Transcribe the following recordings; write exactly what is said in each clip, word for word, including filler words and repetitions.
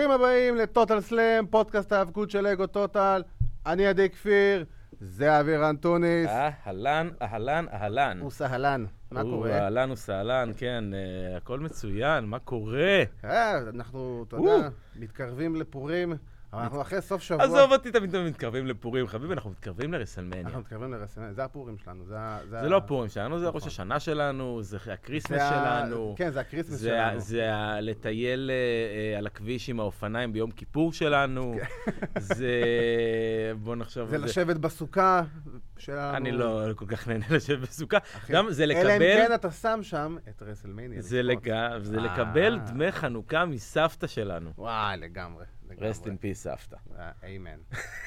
ברוכים הבאים לטוטל סלאם, פודקאסט האבקות של אגו טוטל. אני עדי כפיר, זה אוויר אנטוניס. אהלן, אהלן, אהלן. וסהלן, מה קורה? אהלן וסהלן, כן, הכל מצוין, מה קורה? אנחנו, אתה יודע, מתקרבים לפורים, אבל אנחנו אחרי סוף שבוע... עזוב אותי, תמיד מתקרבים לפורים, חביב, אנחנו מתקרבים לרסלמניה. אנחנו מתקרבים לרסלמניה, זה הפורים שלנו. זה לא הפורים שלנו, זה ראש השנה שלנו, זה הקריסמס שלנו. כן, זה הקריסמס שלנו. זה לטייל על הכביש עם האופניים ביום כיפור שלנו. זה... בוא נחשוב... זה לשבת בסוכה שלנו. אני לא כל כך נהנה לשבת בסוכה. גם זה לקבל... אלא אם כן אתה שם שם את רסלמניה. זה לקבל דמי חנוכה מסבתא שלנו. וואי, לגמרי. rest in peace, סבתא. אמן.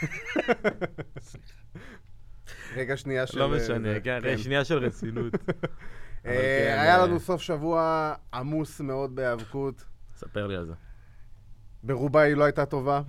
רגע שנייה של... לא משנה, כן, שנייה של רצינות. היה לנו סוף שבוע עמוס מאוד בהיאבקות. ספר לי על זה. ברובה היא לא הייתה טובה.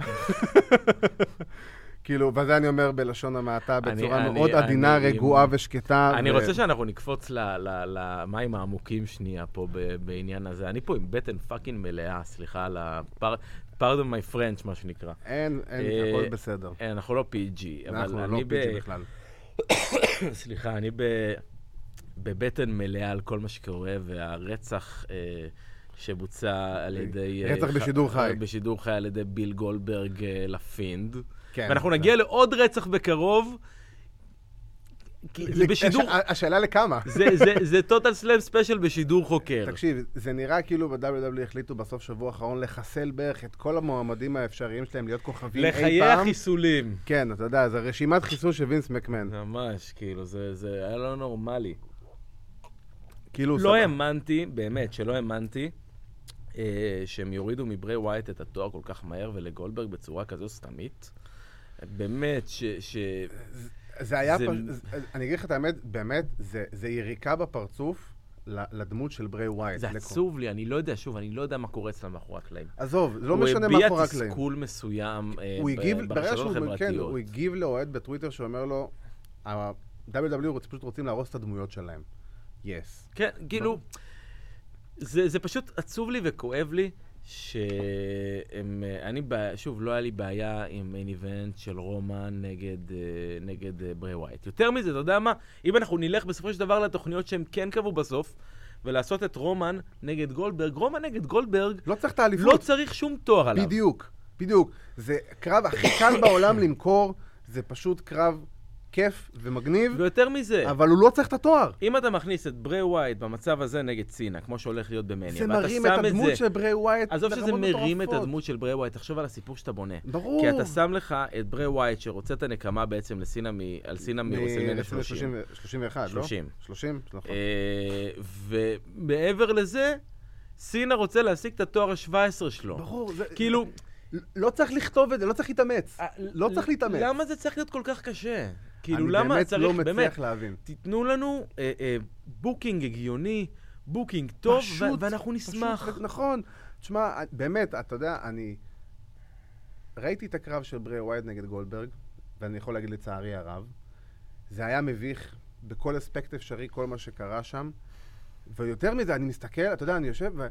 כאילו, וזה אני אומר בלשון המעטה, בצורה מאוד עדינה, רגועה ושקטה. אני רוצה שאנחנו נקפוץ למים העמוקים שנייה פה בעניין הזה. אני פה עם בטן פאקינג מלאה, סליחה על ה... pardon my French, מה שנקרא. אין, אין, הכל בסדר. אנחנו לא פי ג'י, אבל אנחנו לא פי ג'י בכלל. סליחה, אני בבטן מלאה על כל מה שקורה, והרצח שבוצע על ידי... רצח בשידור חי. בשידור חי על ידי ביל גולדברג לפינד. ואנחנו נגיע לעוד רצח בקרוב, זה בשידור... השאלה לכמה. זה טוטל סלאם ספיישל בשידור חוקר. תקשיב, זה נראה כאילו ב-דאבליו דאבליו אי החליטו בסוף שבוע האחרון לחסל בערך את כל המועמדים האפשריים שלהם להיות כוכבים אי פעם. לחיי החיסולים. כן, אתה יודע, זה רשימת חיסול של וינס מקמן. ממש, כאילו, זה היה לא נורמלי. כאילו... לא האמנתי, באמת, שלא האמנתי, שהם יורידו מברי ווייט את התואר כל כך מהר ולגולדברג בצורה כזו סתמית. באמת, ש... זה היה פשוט, אני אגיד לך את האמת, באמת, זה יריקה בפרצוף לדמות של ברי ווייט. זה עצוב לי, אני לא יודע, שוב, אני לא יודע מה קורה אצלם מאחורי הקלעים. עזוב, זה לא משנה מאחורי הקלעים. הוא הביע תסכול מסוים ברשתות החברתיות. הוא הגיב לאוהד בטוויטר שאומר לו, ה-דאבליו דאבליו פשוט רוצים להרוס את הדמויות שלהם. יס. כן, כאילו, זה פשוט עצוב לי וכואב לי, שהם, אני, שוב, לא היה לי בעיה עם מיין איבנט של רומן נגד, נגד ברי ווייט. יותר מזה, אתה יודע מה? אם אנחנו נלך בסופו של דבר לתוכניות שהם כן קבעו בסוף, ולעשות את רומן נגד גולדברג, רומן נגד גולדברג, לא צריך תאליפות. לא צריך שום תואר עליו. בדיוק, בדיוק. זה קרב הכי קל בעולם למכור, זה פשוט קרב כיף ומגניב. ויותר מזה. אבל הוא לא צריך את התואר. אם אתה מכניס את ברי ווייט במצב הזה נגד סינה, כמו שהולך להיות במניה, זה מרים את הדמות זה, של ברי ווייט. עזוב שזה מרים את הדמות של ברי ווייט, תחשוב על הסיפור שאתה בונה. ברור. כי אתה שם לך את ברי ווייט שרוצה את הנקמה בעצם לסינה מ... על סינה מרסלמניה שלושים. שלושים ואחת, לא? שלושים. שלושים, נכון. ומעבר לזה, סינה רוצה להשיג את התואר ה-שבע עשרה שלו. ברור. כאילו... לא צריך לכתוב את זה, לא צריך להתאמץ. לא צריך להתאמץ. למה זה צריך להיות כל כך קשה? כאילו, אני למה באמת צריך, לא מצליח באמת, להבין. תיתנו לנו אה, אה, בוקינג הגיוני, בוקינג טוב, פשוט, ו- ואנחנו נשמח. פשוט, נכון. תשמע, באמת, אתה יודע, אני ראיתי את הקרב של ברי ווייט נגד גולדברג, ואני יכול להגיד לצערי הרב, זה היה מביך בכל אספקט אפשרי, כל מה שקרה שם, ויותר מזה, אני מסתכל, אתה יודע, אני יושב ו...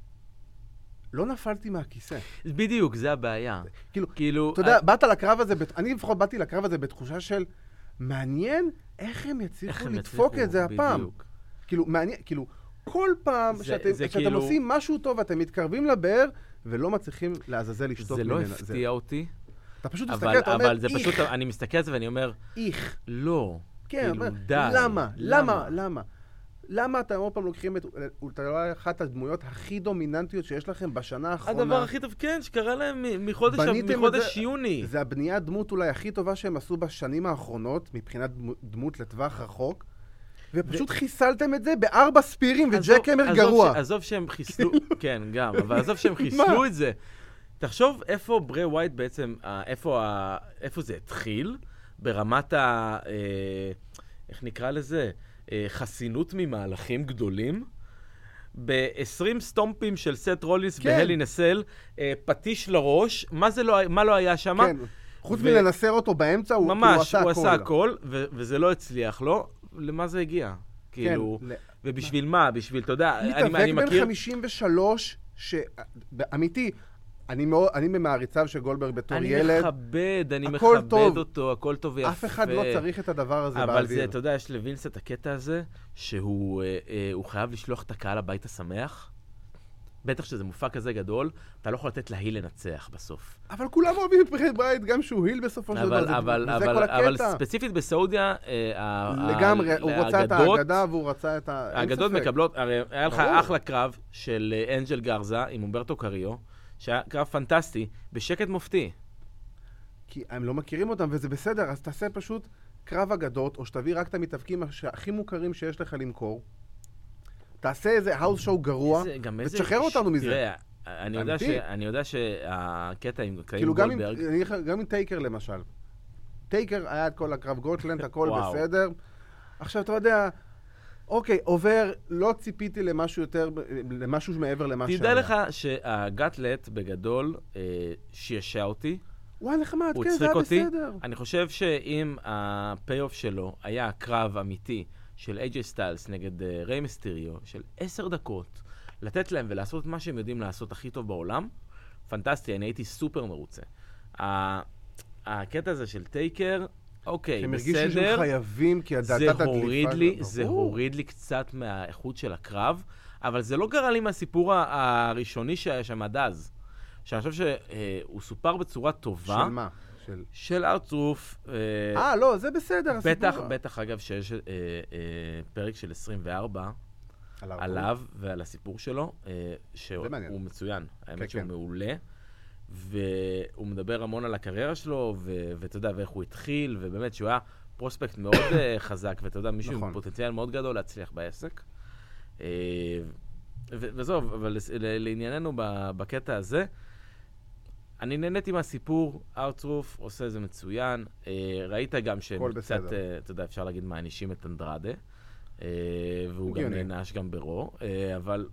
לא נפלתי מהכיסא. בדיוק, זה הבעיה. כאילו, כאילו... אתה יודע, באת לקרב הזה, אני לפחות באתי לקרב הזה בתחושה של מעניין איך הם יצליחו לדפוק את זה הפעם. כאילו, מעניין, כאילו, כל פעם שאתם עושים משהו טוב, אתם מתקרבים לבאר, ולא מצליחים לעזאזל לשתות ממנה. זה לא הפתיע אותי. אתה פשוט מסתכל, אתה אומר, איך. אני מסתכל על זה ואני אומר, איך. לא. כן, למה? למה? למה? למה אתם עוד פעם לוקחים את... אולי אחת הדמויות הכי דומיננטיות שיש לכם בשנה האחרונה? הדבר הכי טוב, כן, שקרה להם מחודש יוני. זה הבניית דמות אולי הכי טובה שהם עשו בשנים האחרונות, מבחינת דמות לטווח רחוק, ופשוט חיסלתם את זה בארבע ספירים וג'ק אמר גרוע. עזוב שהם חיסלו, כן, גם, אבל עזוב שהם חיסלו את זה. תחשוב איפה ברי ווייט בעצם, איפה זה התחיל, ברמת ה... איך נקרא לזה? חסינות ממהלכים גדולים, ב-עשרים סטומפים של סט רולינס בהל אין אסל, פטיש לראש, מה זה לא, מה לא היה שם? כן, חוץ מלנסר אותו באמצע, הוא ממש, הוא עשה הכל, וזה לא הצליח לו. למה זה הגיע? כאילו, ובשביל מה? בשביל, אתה יודע, אני מכיר... מתאבק בין חמישים ושלוש, אמיתי, אני מאוד, אני ממעריציו של גולדברג בתור אני ילד. אני מכבד, אני הכל מכבד טוב. אותו, הכל טוב ויפה. אף אחד לא צריך את הדבר הזה אבל באוויר. זה, אתה יודע, יש לווינס את הקטע הזה, שהוא אה, אה, הוא חייב לשלוח את הקהל הביתה שמח. בטח שזה מופע כזה גדול, אתה לא יכול לתת להיל לנצח בסוף. אבל כולם אוהבים את ברי ווייט, גם שהוא היל בסופו של דבר, זה, אבל, וזה אבל, כל הקטע. אבל ספציפית בסעודיה, אה, לגמרי, ה- הוא רוצה את האגדות- האגדה והוא רצה את ה... אין האגדות ספק. מקבלות, הרי היה לך ברור. אחלה קרב של אה, אנג'ל גרזה עם אומברטו קריו, שהיה קרב פנטסטי, בשקט מופתי. כי הם לא מכירים אותם, וזה בסדר, אז תעשה פשוט קרב אגדות, או שתביא רק את המתאבקים הכי מוקרים שיש לך למכור. תעשה איזה האוס שואו גרוע, איזה- גם איזה- ותשחרר אותנו מזה. תראה, אני יודע, ש... אמיתי. אני יודע שהקטע עם קיים כאילו גם עם, גולדברג, אני אגיד לך, גם עם טייקר למשל. טייקר היה את כל הקרב גוטלנד, הכל וואו. בסדר. עכשיו אתה יודע, אוקיי, עובר, לא ציפיתי למשהו יותר, למשהו מעבר למה שהיה. תדע לך שהגאטלט בגדול אה, שישע אותי, וואי, נחמד, הוא כן, זה הצחיק היה אותי. בסדר. אני חושב שאם הפי-אוף שלו היה קרב אמיתי של איי ג'יי סטיילס נגד אה, ריי מיסטריו, של עשר דקות, לתת להם ולעשות את מה שהם יודעים לעשות הכי טוב בעולם, פנטסטי, אני הייתי סופר מרוצה. ה- הקטע הזה של טייקר, אוקיי, הם הרגישו שהם בסדר, חייבים, כי זה הדלתת הדליפה... הוריד לי, ברור. זה הוריד לי קצת מהאיכות של הקרב, אבל זה לא גרע לי מהסיפור ה- הראשוני שהיה שם עד אז. שאני חושב שהוא סופר בצורה טובה. של מה? של... של ארטרוף. אה, לא, זה בסדר. בטח, הסיפור. בטח, אגב, שיש אה, אה, פרק של עשרים וארבע על הרב. עליו ועל הסיפור שלו, אה, שהוא מעניין. הוא מצוין. האמת כן, שהוא כן. מעולה. והוא מדבר המון על הקריירה שלו, ו- ואתה יודע, ואיך הוא התחיל, ובאמת שהוא היה פרוספקט מאוד אה, חזק, ואתה יודע, מישהו נכון. עם פוטנציאל מאוד גדול להצליח בעסק. אה, ו- וזהו, אבל לס- ל- לענייננו ב- בקטע הזה, אני נהניתי מהסיפור, ארטרוף עושה זה מצוין, אה, ראית גם שהם הכל קצת, בסדר. אה, אתה יודע, אפשר להגיד, מענישים את אנדרדה, אה, והוא גם הגיוני. נענש גם ברו, אה, אבל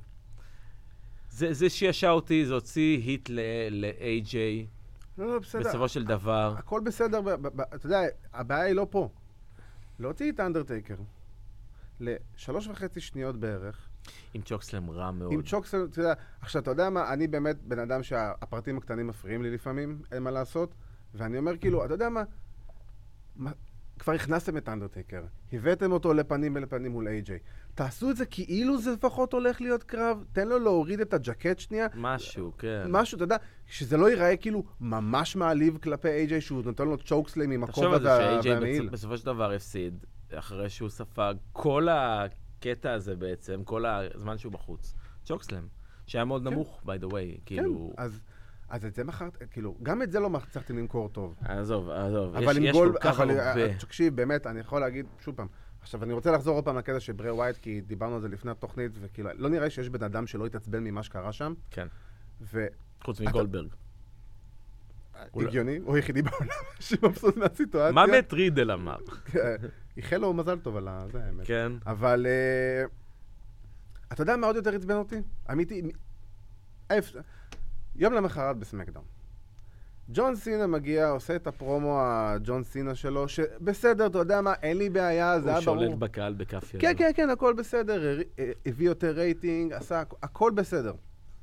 זה, זה שישע אותי, זה הוציא היט ל-איי ג'יי, לא, לא, בסדר. בסופו של דבר. הכל בסדר, ב- ב- ב- אתה יודע, הבעיה היא לא פה. להוציא את האנדרטייקר לשלוש וחצי שניות בערך, עם צ'וקסלם רע מאוד. עם צ'וקסל, אתה יודע, עכשיו, אתה יודע מה, אני באמת בן אדם שהפרטים הקטנים מפריעים לי לפעמים, אין מה לעשות, ואני אומר כאילו, אתה יודע מה, מה כבר הכנסתם את האנדרטייקר, הבאתם אותו לפנים ולפנים מול איי ג'יי, תעשו את זה כאילו זה לפחות הולך להיות קרב, תן לו להוריד את הג'קט שנייה, משהו, כן. משהו, אתה יודע, שזה לא ייראה כאילו ממש מעליב כלפי איי ג'יי, שהוא נותן לו צ'וקסלם עם תחשוב הכובע על זה וה- ש-איי והמעיל. ג'יי בסופו של דבר הפסיד, אחרי שהוא ספג כל הקטע הזה בעצם, כל הזמן שהוא בחוץ. צ'וקסלם, שהיה מאוד נמוך, by the way, כאילו... כן, אז... אז את זה מכרת, כאילו, גם את זה לא מצליחתם למכור טוב. עזוב, עזוב, יש, אבל עם יש גול, כל כך אבל הרבה. תקשיב, באמת, אני יכול להגיד, שוב פעם, עכשיו אני רוצה לחזור עוד פעם לקטע של ברי ווייט, כי דיברנו על זה לפני התוכנית, וכאילו, לא נראה שיש בן אדם שלא יתעצבן ממה שקרה שם, כן, והגיוני, חוץ מגולדברג. הוא היחידי בעולם שמבסוט מהסיטואציה. מה בית רידל אמר? איחל לו מזל טוב על זה, האמת. כן. אבל, אה, אתה יודע מה עוד יותר עצבן אותי? אמיתי, ההפ- יום למחרת בסמקדאון. ג'ון סינה מגיע, עושה את הפרומו הג'ון סינה שלו, שבסדר, אתה יודע מה, אין לי בעיה, זה היה הוא ברור. שולט בקהל בכף ידו. כן, כן, כן, הכל בסדר, הביא יותר רייטינג, עשה, הכ- הכל בסדר.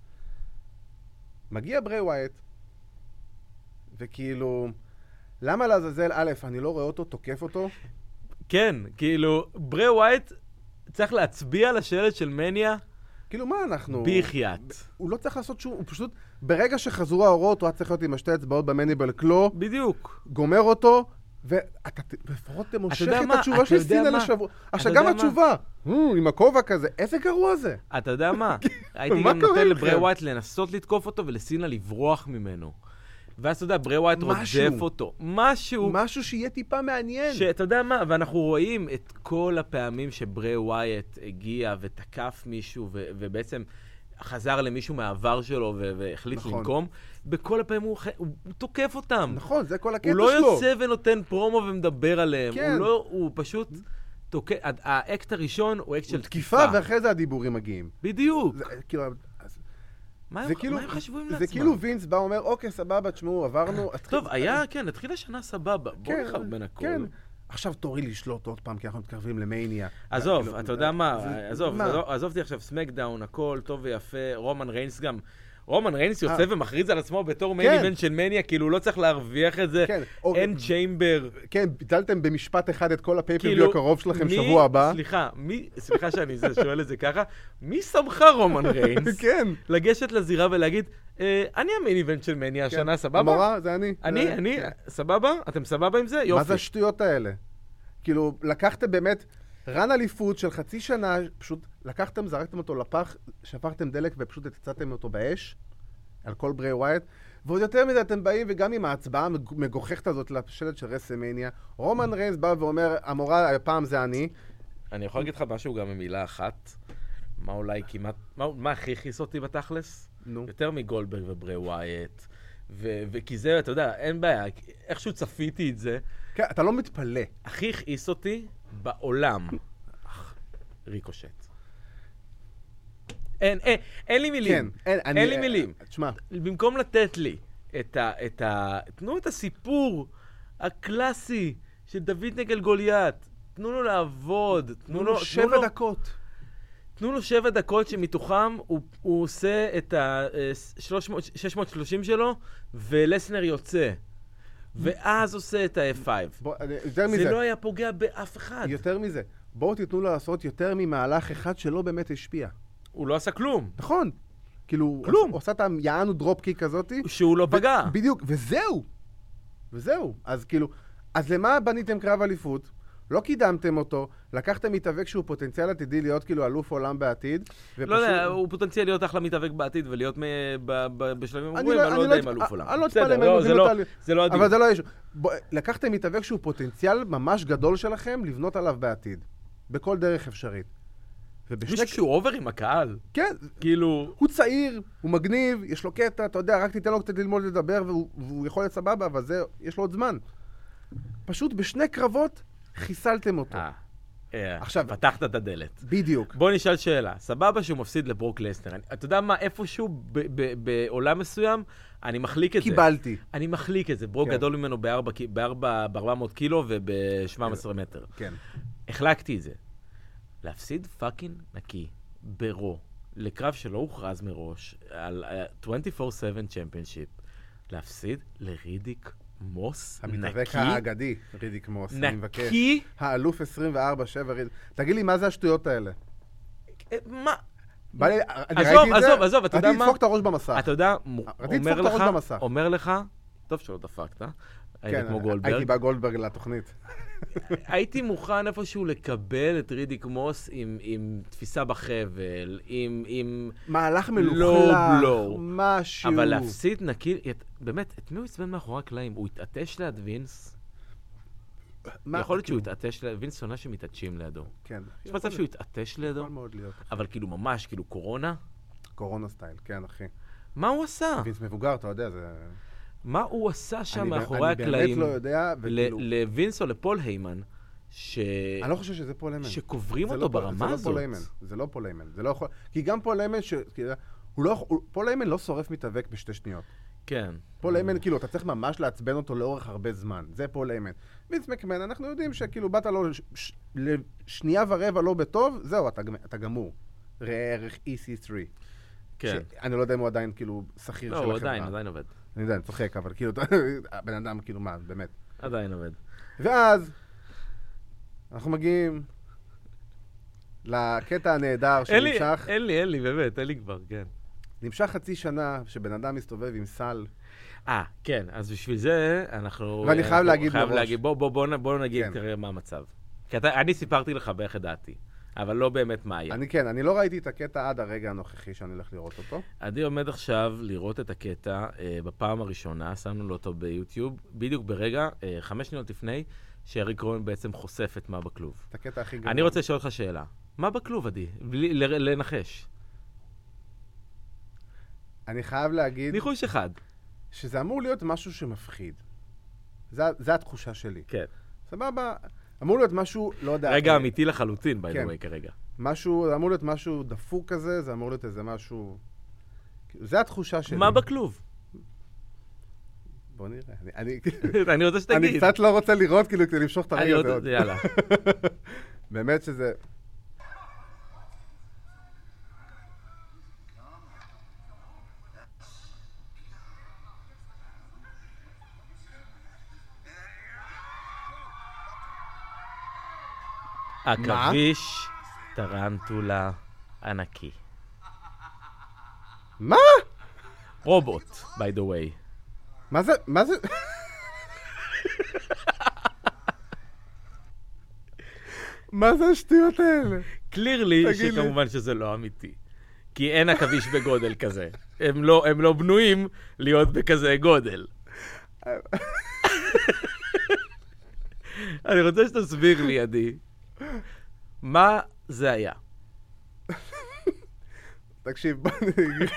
מגיע ברי ווייט, וכאילו, למה לעזאזל, א', אני לא רואה אותו, תוקף אותו, כן, כאילו, ברי ווייט צריך להצביע על השלט של מניה כאילו, מה אנחנו... ביחייאת. הוא לא צריך לעשות שום, הוא פשוט, ברגע שחזרו האורות, הוא היה צריך להיות עם השתי אצבעות במניבל קלו, בדיוק. גומר אותו, ואתה ת- לפחות תמושך יודע את מה? התשובה אתה של יודע סינה מה? לשבוע. עכשיו, יודע גם מה? התשובה, "אה, עם הכובע כזה, איזה גרוע זה. אתה יודע מה? הייתי מה גם קורה נותן איתכם? לברי ווייט לנסות לתקוף אותו ולסינה לברוח ממנו. ואז אתה יודע, ברי ווייט משהו. רודף אותו. משהו. משהו שיהיה טיפה מעניין. שאתה יודע מה, ואנחנו רואים את כל הפעמים שברי ווייט הגיע ותקף מישהו ו- ובעצם חזר למישהו מהעבר שלו ו- והחליט נכון. לנקום. בכל הפעמים הוא, ח- הוא, הוא תוקף אותם. נכון, זה כל הקטע הוא לא שלו. יוצא ונותן פרומו ומדבר עליהם. כן. הוא לא, הוא פשוט תוקף. האקט הראשון הוא אקט של תקיפה, תקיפה. ואחרי זה הדיבורים מגיעים. בדיוק. זה, כאילו, אז- מה זה הם- כאילו- מה הם חשבו עם זה לעצמם? כאילו וינס בא ואומר, אוקיי, סבבה, תשמעו, עברנו... טוב, היה, כן, התחיל השנה סבבה. בוא כן, נחב בין הכל. כן. עכשיו תורי לשלוט עוד פעם, כי אנחנו מתקרבים למאניה. עזוב, כאילו, אתה יודע מה, זה- עזוב, מה? עזוב- עזובתי עכשיו סמקדאון, הכל טוב ויפה, רומן ריינס גם רומן ריינס יוצא ומכריז על עצמו בתור מיין איבנט של מניה, כאילו הוא לא צריך להרוויח את זה, אין צ'יימבר. כן, ביטלתם במשפט אחד את כל הפייפריוויו הקרוב שלכם שבוע הבא. סליחה, סליחה שאני שואל את זה ככה, מי שמך רומן ריינס לגשת לזירה ולהגיד, אני המיין איבנט של מניה השנה, סבבה? המורה, זה אני. אני, אני, סבבה? אתם סבבה עם זה? יופי. מה זה השטויות האלה? כאילו, לקחתם באמת רן אליפות של חצי שנה, פשוט לקחתם, זרקתם אותו לפח, שפכתם דלק ופשוט הצעתם אותו באש, על כל ברי ווייט, ועוד יותר מזה אתם באים, וגם עם ההצבעה המגוחכת הזאת לשלט של רסלמניה, רומן ריינס בא ואומר, המורה, הפעם זה אני. אני יכול להגיד לך משהו גם במילה אחת, מה אולי כמעט, מה, מה הכי הכיס אותי בתכלס? נו. יותר מגולדברג וברי ווייט, וכי זה, אתה יודע, אין בעיה, איכשהו צפיתי את זה. כן, אתה לא מתפלא. הכי הכיס אותי בעולם, ריקושט. אין, אין, אין לי מילים. כן, אין, אין אני, לי מילים. תשמע. במקום לתת לי את ה, את ה... תנו את הסיפור הקלאסי של דוד נגד גוליית. תנו לו לעבוד. תנו לו שבע דקות. תנו לו שבע דקות שמתוכם הוא, הוא עושה את ה-שש מאות ושלושים שלו, ולסנר יוצא. ואז עושה את ה-אף פייב. יותר מזה. זה לא היה פוגע באף אחד. יותר מזה. בואו תיתנו לו לעשות יותר ממהלך אחד שלא באמת השפיע. הוא לא עשה כלום. נכון. כאילו, כלום. הוא עושה את היענו דרופ קיק כזאתי. שהוא לא פגע. בדיוק, וזהו. וזהו. אז כאילו, אז למה בניתם קרב אליפות? לא קידמתם אותו, לקחתם מתאבק שהוא פוטנציאל עתידי להיות כאילו אלוף עולם בעתיד. לא יודע, הוא פוטנציאל להיות אחלה מתאבק בעתיד ולהיות בשלבים הגבוהים, אני לא יודע אם אלוף עולם. אני לא אתפלא ממנו, זה לא עדיף. אבל זה לא יש. לקחתם מתאבק שהוא פוטנציאל ממש גדול שלכם לבנות עליו בעתיד. בכל דרך אפשרית. מישהו שהוא אובר עם הקהל. כן. כאילו... הוא צעיר, הוא מגניב, יש לו קטע, אתה יודע, רק תיתן לו קצת ללמוד לדבר והוא יכול להיות סבבה, אבל זה, יש לו עוד זמן. פשוט בשני קרבות חיסלתם אותו. עכשיו, פתחת את הדלת. בדיוק. בוא נשאל שאלה. סבבה שהוא מפסיד לברוק לסנר. אתה יודע מה, איפשהו בעולם מסוים, אני מחליק את זה. קיבלתי. אני מחליק את זה. ברוק גדול ממנו ב-ארבע מאות קילו וב-שבע עשרה מטר. כן. החלקתי את זה. להפסיד פאקינג נקי ברו, לקרב שלא הוכרז מראש, על עשרים וארבע שבע צ'מפיונשיפ, להפסיד לרידיק מוס נקי. המתאבק האגדי, רידיק מוס, אני מבקש. נקי? האלוף עשרים וארבע שבע רידיק. תגיד לי, מה זה השטויות האלה? מה? עזוב, עזוב, עזוב, אתה יודע מה? רציתי לדפוק את הראש במסך. אתה יודע, רציתי לדפוק את הראש במסך. אומר לך, טוב שלא דפקת, היית כמו גולדברג. הייתי בא גולדברג לתוכנית. הייתי מוכן איפשהו לקבל את רידיק מוס עם, עם תפיסה בחבל, עם, עם... מהלך מלוכלך, לא משהו. אבל להפסיד נקי... באמת, את מי הוא עצבן מאחורי הקלעים? הוא התעטש ליד וינס? יכול להיות שהוא התעטש ליד... וינס עונה שמתעטשים לידו. כן. יש מצב שהוא התעטש לידו? יכול מאוד להיות. אבל כאילו ממש, כאילו קורונה? קורונה סטייל, כן, אחי. מה הוא עשה? וינס מבוגר, אתה יודע, זה... מה הוא עשה שם מאחורי הקלעים? אני באמת לא יודע, וכאילו... לווינס או לפול היימן, ש... אני לא חושב שזה פול היימן. שקוברים אותו ברמה הזאת. זה לא פול היימן. זה לא יכול... כי גם פול היימן, פול היימן לא שורף מתאבק בשתי שניות. כן. פול היימן, כאילו, אתה צריך ממש לעצבן אותו לאורך הרבה זמן. זה פול היימן. וינס מקמן, אנחנו יודעים שכאילו באת לו לשנייה ורבע לא בטוב, זהו, אתה גמור. ראה ערך אי סי שלוש. כן. אני לא יודע אם הוא עדיין, כאילו, שכיר של החברה. לא, הוא עדיין, עדיין עובד. אני יודע, אני צוחק, אבל כאילו, הבן אדם, כאילו, מה, באמת. עדיין עובד. ואז, אנחנו מגיעים לקטע הנהדר שנמשך... אין לי, אין לי, באמת, אין לי כבר, כן. נמשך חצי שנה שבן אדם מסתובב עם סל. אה, כן, אז בשביל זה אנחנו... ואני חייב להגיד מראש. בוא נגיד כרגע מה המצב. כי אני סיפרתי לך באיך ידעתי. אבל לא באמת מה היה. אני כן, אני לא ראיתי את הקטע עד הרגע הנוכחי שאני הולך לראות אותו. אני עומד עכשיו לראות את הקטע אה, בפעם הראשונה, שמנו לו אותו ביוטיוב, בדיוק ברגע, אה, חמש שניות לפני, שאריק רון בעצם חושף את מה בכלוב. את הקטע הכי גדול. אני רוצה לשאול אותך שאלה. מה בכלוב, עדי? בלי, לנחש. אני חייב להגיד... ניחוש אחד. שזה אמור להיות משהו שמפחיד. זה, זה התחושה שלי. כן. סבבה... אמור להיות משהו, לא יודע... רגע אמיתי לחלוטין, by the way, כרגע. משהו, אמור להיות משהו דפוק כזה, זה אמור להיות איזה משהו... זה התחושה שלי. מה בכלוב? בוא נראה. אני... אני רוצה שתגיד. אני קצת לא רוצה לראות, כאילו, כדי למשוך את הרגע הזה עוד. יאללה. באמת שזה... עכביש טרנטולה ענקי. מה? רובוט, by the way. מה זה? מה זה? מה זה השטויות האלה? קלירלי שכמובן שזה לא אמיתי. כי אין עכביש בגודל כזה. הם לא, הם לא בנויים להיות בכזה גודל. אני רוצה שתסביר לי, עדי, מה זה היה? תקשיב, בוא נגיד.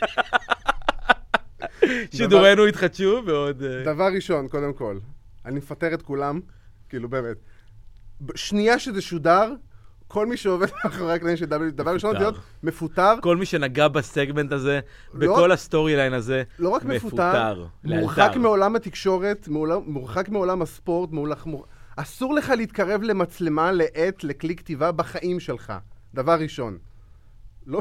שידורנו התחדשו ועוד... דבר ראשון, קודם כל, אני מפטר את כולם, כאילו באמת. שנייה שזה שודר, כל מי שעובד מאחורי הקלעים של דאבליו, דבר ראשון, להיות מפוטר. כל מי שנגע בסגמנט הזה, בכל הסטורי ליין הזה, לא רק מפוטר, מורחק מעולם התקשורת, מורחק מעולם הספורט, אסור לך להתקרב למצלמה, לעט, לכלי כתיבה בחיים שלך. דבר ראשון. לא...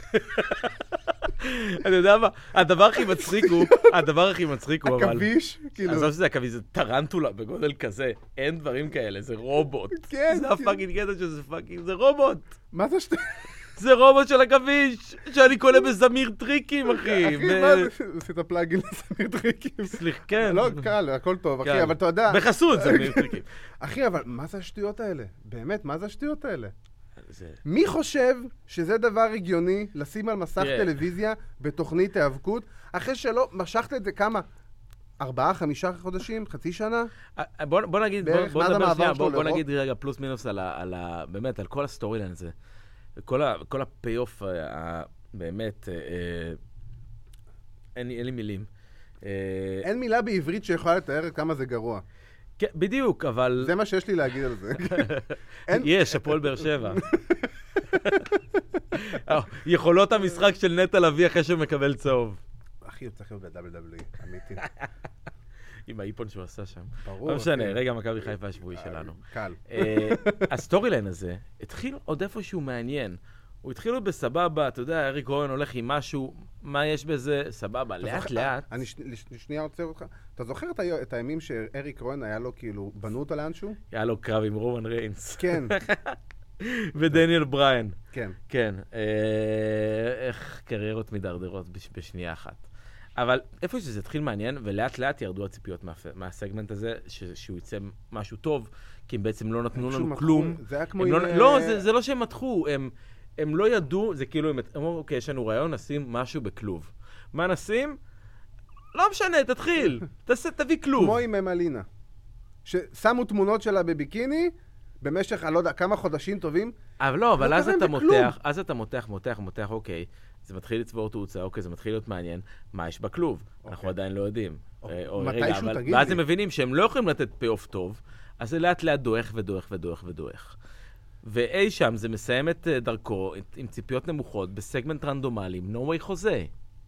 אני יודע מה, הדבר הכי מצחיק הוא, הדבר הכי מצחיק הוא, אבל... עכביש, כאילו... עזוב שזה עכביש, זה טרנטולה בגודל כזה, אין דברים כאלה, זה רובוט. כן, זה הפאקינג קטע שזה פאקינג, זה רובוט. מה זה שתי... זה רובוט של עכביש, שאני קונה בזמיר טריקים, אחי. אחי, מה זה? עשית פלאגין לזמיר טריקים. סליח, כן. לא, קל, הכל טוב, אחי, אבל אתה יודע... בחסות זמיר טריקים. אחי, אבל מה זה השטויות האלה? באמת, מה זה השטויות האלה? מי חושב שזה דבר הגיוני לשים על מסך טלוויזיה בתוכנית היאבקות, אחרי שלא משכת את זה כמה? ארבעה, חמישה חודשים, חצי שנה? בוא נגיד, בוא נדבר שנייה, בוא נגיד רגע פלוס מינוס על ה... באמת, על כל הסטורי ליין הזה. כל הפי-אוף, באמת, אין לי מילים. אין מילה בעברית שיכולה לתאר כמה זה גרוע. כן, בדיוק, אבל... זה מה שיש לי להגיד על זה. יש, הפועל באר שבע. יכולות המשחק של נטע לביא אחרי שהוא מקבל צהוב. אחי, הוא צריך להיות ב-דאבליו דאבליו אי, אמיתי. עם האיפון שהוא עשה שם. ברור. לא משנה, רגע מכבי חיפה השבועי שלנו. קל. הסטורי ליין הזה התחיל עוד איפשהו מעניין. הוא התחיל עוד בסבבה, אתה יודע, אריק רואן הולך עם משהו, מה יש בזה? סבבה, לאט לאט. אני שנייה עוצר אותך. אתה זוכר את הימים שאריק רואן היה לו כאילו, בנו אותו לאנשהו? היה לו קרב עם רומן ריינס. כן. ודניאל בריין. כן. כן. איך קריירות מדרדרות בשנייה אחת. אבל איפה שזה התחיל מעניין, ולאט לאט ירדו הציפיות מהסגמנט הזה, שהוא יצא משהו טוב, כי הם בעצם לא נתנו לנו כלום. זה היה כמו... לא, זה לא שהם מתחו, הם... הם לא ידעו, זה כאילו, הם אמרו, אוקיי, יש לנו רעיון, נשים משהו בכלוב. מה נשים? לא משנה, תתחיל. תעשה, תביא כלוב. כמו עם אמלינה. ששמו תמונות שלה בביקיני, במשך, אני לא יודע, כמה חודשים טובים. אבל לא, אבל אז אתה מותח, אז אתה מותח, מותח, מותח, אוקיי. זה מתחיל לצבור תאוצה, אוקיי, זה מתחיל להיות מעניין. מה יש בכלוב? אנחנו עדיין לא יודעים. מתישהו תגיד לי. ואז הם מבינים שהם לא יכולים לתת פי-אוף טוב, אז זה לאט לאט דועך ודועך ודועך ודועך. ואי שם זה מסיים את דרכו עם ציפיות נמוכות בסגמנט רנדומלי, no way חוזה.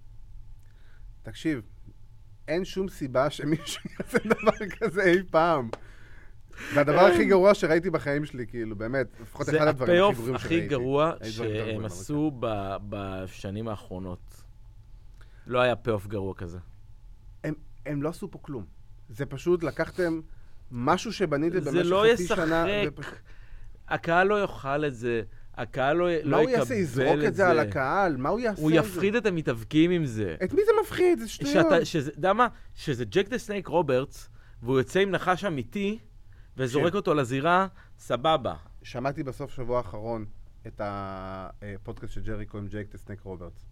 תקשיב, אין שום סיבה שמישהו יעשה דבר כזה אי פעם. זה הדבר הכי גרוע שראיתי בחיים שלי, כאילו, באמת, לפחות אחד הדברים הכי גרועים שראיתי. זה הפי-אוף הכי גרוע שהם עשו בשנים האחרונות. לא היה פי-אוף גרוע כזה. הם לא עשו פה כלום. זה פשוט לקחתם משהו שבניתם במשך חצי שנה. זה לא ישחק. הקהל לא יאכל את זה, הקהל לא יקבל את זה. מה הוא יעשה? יזרוק את זה על הקהל? מה הוא יעשה? הוא יפחיד את המתאבקים עם זה. את מי זה מפחיד? זה שטויות. אתה יודע מה? שזה ג'ק דה סנייק רוברטס, והוא יוצא עם נחש אמיתי, וזורק אותו לזירה, סבבה. שמעתי בסוף שבוע האחרון את הפודקאסט של ג'ריקו עם ג'ק דה סנייק רוברטס.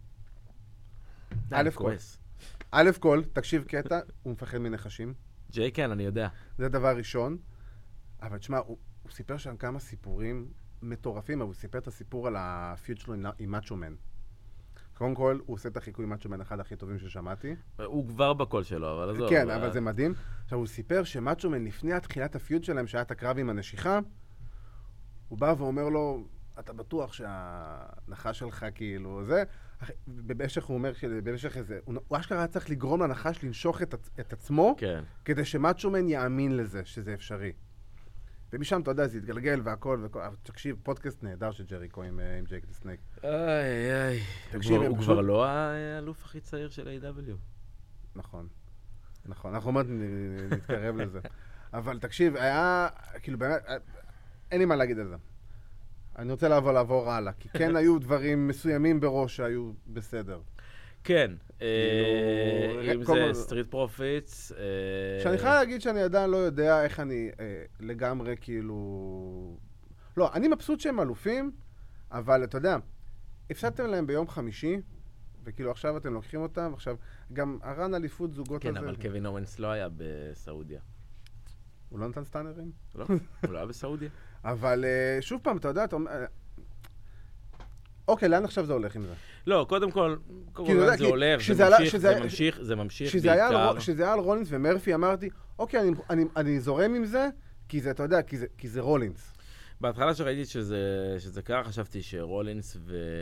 א' כל. א' כל, תקשיב קטע, הוא מפחד מנחשים. ג'יי כן, אני יודע. זה דבר ראשון. אבל תשמע, הוא... הוא סיפר שם כמה סיפורים מטורפים, אבל הוא סיפר את הסיפור על הפיוט שלו עם מאצ'ו מן. קודם כל, הוא עושה את החיקוי מאצ'ו מן, אחד הכי טובים ששמעתי. הוא כבר בקול שלו, אבל עזוב. כן, אבל זה מדהים. עכשיו, הוא סיפר שמאצ'ו מן, לפני התחילת הפיוט שלהם, שהיה את הקרב עם הנשיכה, הוא בא ואומר לו, אתה בטוח שהנחש שלך כאילו, זה, במשך הוא אומר, במשך איזה, הוא אשכרה צריך לגרום לנחש לנשוך את עצמו, כדי שמאצ'ו מן יאמין לזה, שזה אפשרי. ומשם, אתה יודע, זה התגלגל והכל, והכל. תקשיב, פודקאסט נהדר של ג'ריקו עם ג'ייק דה סנייק. איי, איי. הוא כבר לא האלוף הכי צעיר של איי דאבליו. נכון. נכון. אנחנו אומרים, נתקרב לזה. אבל תקשיב, היה, כאילו באמת, אין לי מה להגיד על זה. אני רוצה לעבור לעבור הלאה, כי כן היו דברים מסוימים בראש שהיו בסדר. כן, אם זה סטריט פרופיטס. שאני חייב להגיד שאני עדיין לא יודע איך אני לגמרי כאילו... לא, אני מבסוט שהם אלופים, אבל אתה יודע, הפסדתם להם ביום חמישי, וכאילו עכשיו אתם לוקחים אותם, עכשיו גם הרן אליפות זוגות הזה... כן, אבל קווין אורנס לא היה בסעודיה. הוא לא נתן סטאנרים? לא, הוא לא היה בסעודיה. אבל שוב פעם, אתה יודע, אתה אומר... אוקיי, לאן עכשיו זה הולך עם זה? לא, קודם כל, זה הולך, זה ממשיך, זה ממשיך בעיקר. כשזה היה על רולינס ומרפי, אמרתי, אוקיי, אני זורם עם זה, כי זה, אתה יודע, כי זה רולינס. בהתחלה שראיתי שזה קרה, חשבתי שרולינס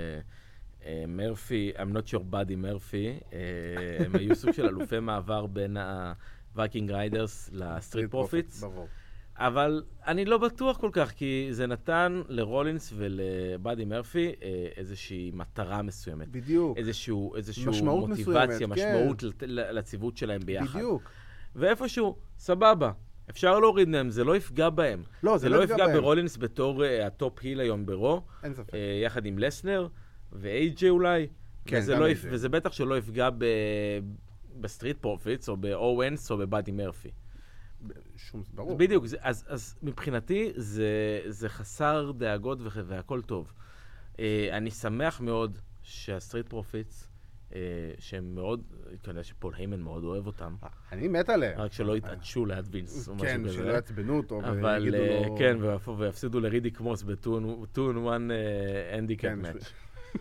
ומרפי, I'm not your body מרפי, הם היו סוג של אלופי מעבר בין הווייקינג ריידרס לסטריט פרופיטס. ברור. אבל אני לא בטוח כל כך, כי זה נתן לרולינס ולבאדי מרפי איזושהי מטרה מסוימת. בדיוק. איזשהו, איזשהו משמעות מוטיבציה, מסוימת, משמעות כן. לציוות שלהם ביחד. בדיוק. ואיפשהו, סבבה. אפשר להוריד מהם, זה לא יפגע בהם. לא, זה, זה לא יפגע בהם. ברולינס בתור uh, הטופ היל היום ברו. אין ספק. Uh, יחד עם לסנר ואיי ג'יי אולי. כן, וזה, לא יפ... וזה בטח שלא יפגע ב... בסטריט פרופיטס או באורנס או בבאדי מרפי. שום, ברור. בדיוק, זה, אז, אז מבחינתי זה, זה חסר דאגות והכל טוב. Uh, אני שמח מאוד שהסטריט פרופיטס, Uh, שהם מאוד, כנראה שפול היימן מאוד אוהב אותם. אני מת עליהם. רק שלא יתעדשו ליד וינס או משהו כזה. כן, שלא יצבנו אותו ויגידו לו... כן, ויפסידו לרידיק מוס בטון וואן הנדיקאפ מאץ'.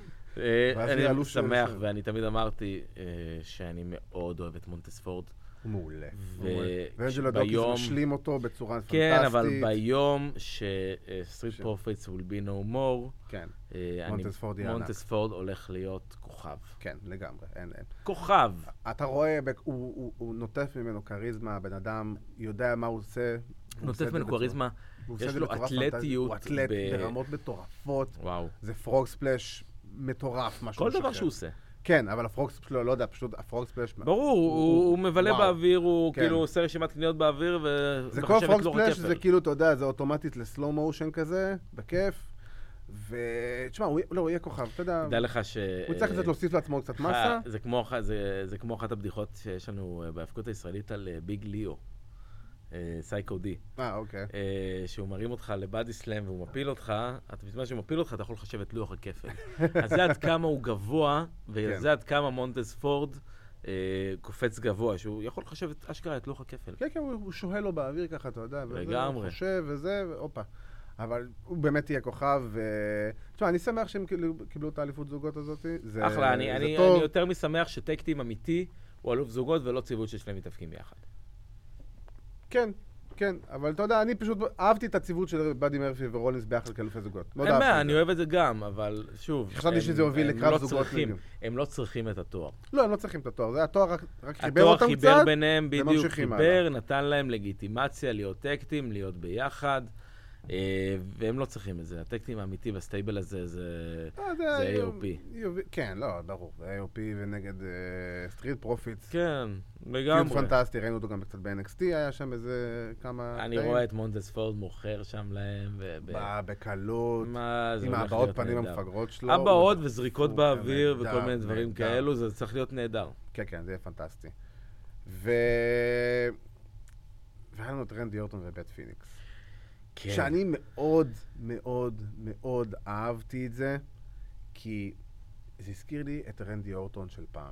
אני שמח, ואני תמיד אמרתי שאני מאוד אוהב את מונטספורד. הוא מעולה. ואנג'לו דוקיס משלים אותו בצורה פנטסטית. כן, אבל ביום שסטריט פרופיטס will be no more, מונטספורד הולך להיות כוכב. כן, לגמרי, אין, אין. כוכב. אתה רואה, הוא נוטף ממנו כריזמה, בן אדם יודע מה הוא עושה. נוטף ממנו כריזמה, יש לו אתלטיות. הוא אתלט ברמות מטורפות. וואו. זה פרוג ספלש מטורף, משהו כל דבר שהוא עושה. כן, אבל הפרוג ספלש, לא יודע, פשוט הפרוג ספלש... ברור, הוא מבלה באוויר, הוא כאילו עושה רשימת קניות באוויר, זה כל פרוג ספלש, זה כאילו, אתה יודע, זה אוטומטית לסלו מושן כזה, בכיף, ותשמע, הוא יהיה כוכב, אתה יודע... תדע לך ש... הוא צריך קצת להוסיף לעצמו קצת מסה. זה כמו אחת הבדיחות שיש לנו בהפקות הישראלית על ביג ליאו. סייקו די. אה, אוקיי. שהוא מרים אותך לבאדי סלאם והוא מפיל אותך, אתה בזמן שהוא מפיל אותך, אתה יכול לחשב את לוח הכפל. אז זה עד כמה הוא גבוה, וזה עד כמה מונטספורד קופץ גבוה, שהוא יכול לחשב את אשכרה את לוח הכפל. כן, כן, הוא שוהה לו באוויר ככה, אתה יודע. לגמרי. הוא חושב וזה, ואופה. אבל הוא באמת יהיה כוכב, ו... תשמע, אני שמח שהם קיבלו את האליפות זוגות הזאת. אחלה, אני יותר משמח שטקטים אמיתי הוא אלוף זוגות ולא ציוות ששלם מתאפקים ביחד. כן, כן, אבל אתה יודע, אני פשוט אהבתי את הציוות של באדי מרפי ורולינס ביחד כאלופי זוגות. אין מה, אני אוהב את זה גם, אבל שוב, חשבתי שזה הוביל לקרב זוגות. הם לא צריכים את התואר. לא, הם לא צריכים את התואר, זה התואר רק חיבר אותם קצת. התואר חיבר ביניהם, בדיוק חיבר, נתן להם לגיטימציה להיות טקטים, להיות ביחד, והם לא צריכים את זה. הטקטים האמיתי בסטייבל הזה זה איי או פי. כן, לא, ברור, זה איי או פי ונגד סטריט פרופיטס. כן, לגמרי. פיוט פנטסטי, ראינו אותו גם קצת ב-אן אקס טי, היה שם איזה כמה... אני רואה את מונטספורד מוכר שם להם. בא בקלות, מה, זה עם הבעות פנים המפגרות שלו. הבעות וזריקות באוויר וכל מיני דברים כאלו, זה צריך להיות נהדר. כן, כן, זה יהיה פנטסטי. ו... והיה לנו את רנדי אורטון ובית פיניקס. כן. שאני מאוד מאוד מאוד אהבתי את זה, כי זה הזכיר לי את רנדי אורטון של פעם.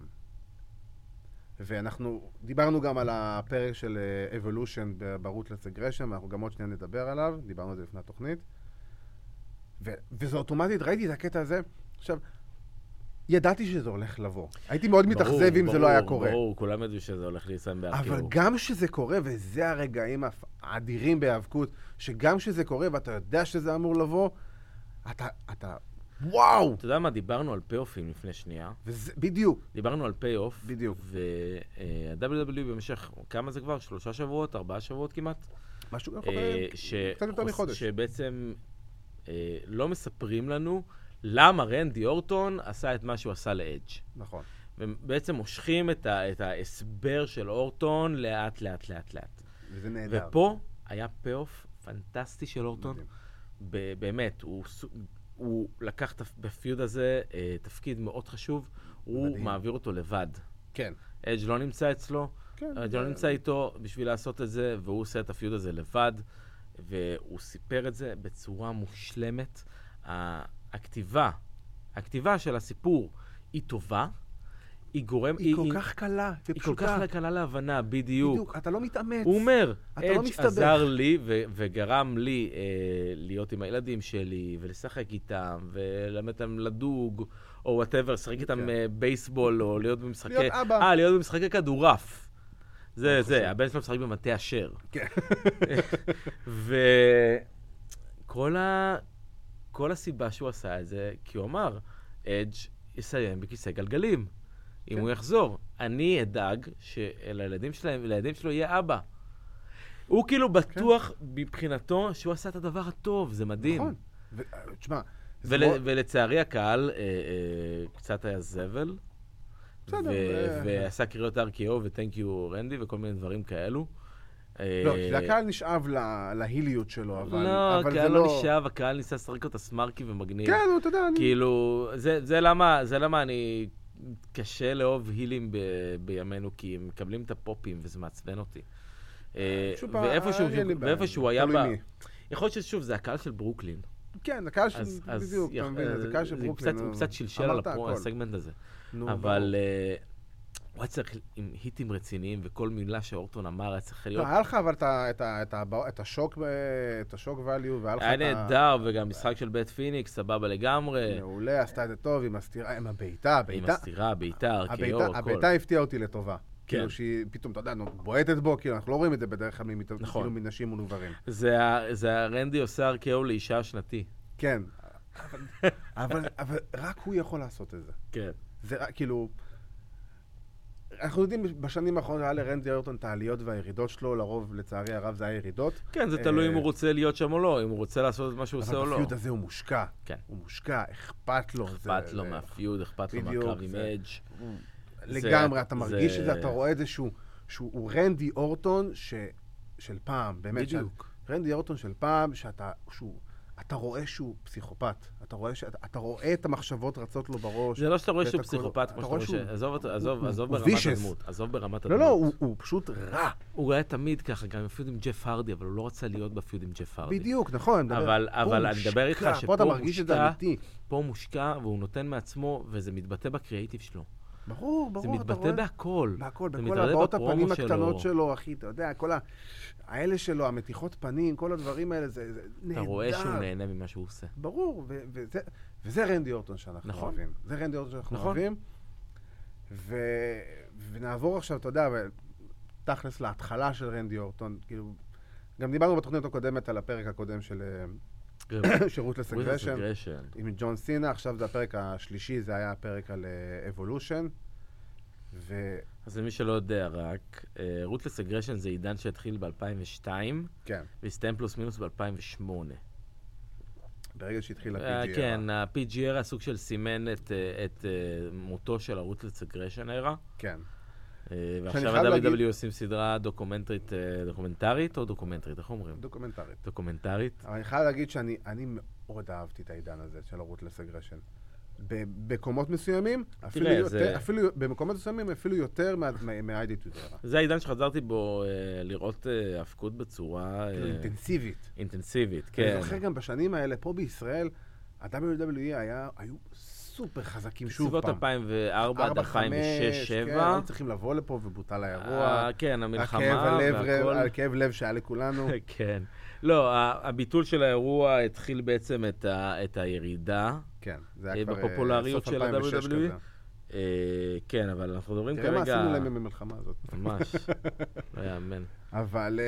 ואנחנו דיברנו גם על הפרק של Evolution ברוטלס אגרשן, ואנחנו גם עוד שניה נדבר עליו, דיברנו על זה לפני התוכנית. ו- וזה אוטומטית, ראיתי את הקטע הזה. עכשיו, ידעתי שזה הולך לבוא. הייתי מאוד מתאכזב אם זה לא היה קורה. ברור, כולם ידעו שזה הולך להישם בהרכב. אבל גם שזה קורה, וזה הרגעים האדירים בהיאבקות, שגם שזה קורה ואתה יודע שזה אמור לבוא, אתה, אתה, וואו! אתה יודע מה, דיברנו על פי-אופים לפני שנייה. וזה, בדיוק. דיברנו על פי-אוף. בדיוק. וה-דאבליו דאבליו במשך, כמה זה כבר? שלושה שבועות? ארבעה שבועות כמעט? משהו, קצת יותר מחודש. שבעצם לא מספרים לנו למה רנדי אורטון עשה את מה שהוא עשה לאדג'. נכון. ובעצם מושכים את, ה, את ההסבר של אורטון לאט, לאט, לאט, לאט. וזה נהדר. ופה היה פי-אוף פנטסטי של אורטון. מדהים. באמת, הוא, הוא לקח בפיוד הזה תפקיד מאוד חשוב, הוא מדהים. מעביר אותו לבד. כן. אדג' לא נמצא אצלו, כן, אדג' לא נמצא איתו בשביל לעשות את זה, והוא עושה את הפיוד הזה לבד, והוא סיפר את זה בצורה מושלמת. הכתיבה, הכתיבה של הסיפור היא טובה, היא גורם... היא, היא כל כך קלה ופשוטה. היא כל כך קלה להבנה, בדיוק. בדיוק, אתה לא מתאמץ. הוא אומר, אתה לא מסתבך. עזר לי ו- וגרם לי אה, להיות עם הילדים שלי, ולשחק איתם, ולמד אותם לדוג, או וואטאבר, לשחק איתם אה, בייסבול, או להיות במשחקי... להיות אבא. אה, להיות במשחקי כדורף. זה, זה, הבן שלו משחק במטה אשר. כן. וכל ה... כל הסיבה שהוא עשה את זה, כי הוא אמר, אדג' יסיים בכיסא גלגלים. אם הוא יחזור, אני אדאג שלילדים שלהם, לילדים שלו יהיה אבא. הוא כאילו בטוח מבחינתו שהוא עשה את הדבר הטוב, זה מדהים. נכון. תשמע, ולצערי הקהל קצת היה זבל, ועשה קריאות אר קיי או ו-Thank you רנדי וכל מיני דברים כאלו. לא, כי הקהל נשאב להיליות שלו, אבל זה לא... לא, הקהל לא נשאב, הקהל ניסה לשחק אותה סמארקי ומגניב. כן, אתה יודע, אני... כאילו, זה למה אני... קשה לאהוב הילים ב- בימינו, כי הם מקבלים את הפופים, וזה מעצבן אותי. ואיפה שהוא היה ב... יכול להיות ששוב, זה הקהל של ברוקלין. כן, הקהל של... בדיוק, אתה מבין, זה הקהל של ברוקלין. הוא קצת שלשל על הסגמנט הזה. אבל הוא היה צריך עם היטים רציניים, וכל מילה שאורטון אמר היה צריך להיות... היה לך אבל את השוק ואליו, והיה לך את ה... היה נהדר, וגם משחק של בית פיניקס, סבבה לגמרי. מעולה, עשתה את זה טוב עם הסתירה, עם הביתה. עם הסתירה, הביתה, ארקיו, הכל. הביתה הפתיעה אותי לטובה. כאילו שהיא פתאום, אתה יודע, בועטת בו, כאילו אנחנו לא רואים את זה בדרך כלל כאילו מנשים ונוברים. זה הרנדי עושה ארקיו לאישה שנתי. כן, אבל רק הוא יכול לעשות את זה. כן. זה כאילו... אנחנו יודעים, בשנים האחרונות היה לרנדי אורטון את העליות והירידות שלו, לרוב, לצערי הרב, זה היה ירידות. כן, זה תלוי אם הוא רוצה להיות שם או לא, אם הוא רוצה לעשות את מה שהוא עושה או לא. אבל בפיוד הזה הוא מושקע. כן. הוא מושקע, אכפת לו. אכפת לו מהפיוד, אכפת לו מהקרב עם אדג'. לגמרי, אתה מרגיש את זה, אתה רואה את זה שהוא רנדי אורטון של פעם, באמת. בדיוק. רנדי אורטון של פעם, שאתה... אתה רואה שהוא פסיכופת. אתה רואה, שאתה, אתה רואה את המחשבות רצות לו בראש. זה לא שאתה רואה שהוא פסיכופת, כמו שאתה רואה ש... עזוב, עזוב, עזוב ברמת הדמות. עזוב ברמת הדמות. לא, לא, הוא פשוט רע. הוא היה תמיד ככה, גם בפיוד עם ג'ף הרדי, אבל הוא לא רצה להיות בפיוד עם ג'ף הרדי. בדיוק, נכון. אבל אני מדבר איתך שפה הוא מושקע, פה הוא מושקע, והוא נותן מעצמו, וזה מתבטא בקריאיטיב שלו. ברור, ברור. זה מתבטא בהכל. בהכל, בכל הבעות הפנים הקטנות שלו, אחי, אתה יודע, כל ה... האלה שלו, המתיחות פנים, כל הדברים האלה, זה נהדר. אתה רואה שהוא נהנה ממה שהוא עושה. ברור, וזה רנדי אורטון שאנחנו אוהבים. זה רנדי אורטון שאנחנו אוהבים. ונעבור עכשיו, אתה יודע, תכלס להתחלה של רנדי אורטון, כאילו, גם דיברנו בתוכנית הקודמת על הפרק הקודם של רוטלס אגרשן, עם ג'ון סינה, עכשיו זה הפרק השלישי, זה היה הפרק על אבולושן. אז למי שלא יודע רק, רוטלס אגרשן זה עידן שהתחיל ב-אלפיים ושתיים, כן. והסתיים פלוס מינוס ב-אלפיים ושמונה. ברגע שהתחיל ה-פי ג'י אר. כן, ה-פי ג'י אר הסוג של סימן את מותו של הרוטלס אגרשן ארה. כן. ועכשיו ה-דאבליו דאבליו איי עושים סדרה דוקומנטרית, דוקומנטרית או דוקומנטרית? איך אומרים? דוקומנטרית. דוקומנטרית. אבל אני חייב להגיד שאני מאוד אהבתי את העידן הזה של הרוטלס אגרשן. במקומות מסוימים, אפילו במקומות מסוימים, אפילו יותר מהאיידיטוד ארה. זה העידן שחזרתי בו לראות הפקות בצורה... אינטנסיבית. אינטנסיבית, כן. אני זוכר גם בשנים האלה, פה בישראל, ה-דאבליו דאבליו איי היו סופר חזקים שוב פעם. בסביבות אלפיים וארבע עד אלפיים ושש שבע. היו צריכים לבוא לפה ובוטל האירוע. כן, המלחמה והכל. הכאב לב שהיה לכולנו. כן. לא, הביטול של האירוע התחיל בעצם את הירידה. כן, זה היה כבר בפופולריות סוף של אלפיים ושש ה-דאבליו דאבליו איי. כן, אבל אנחנו מדברים כרגע... תראה מה עשינו להם עם המלחמה הזאת. ממש, לא יאמן. אבל...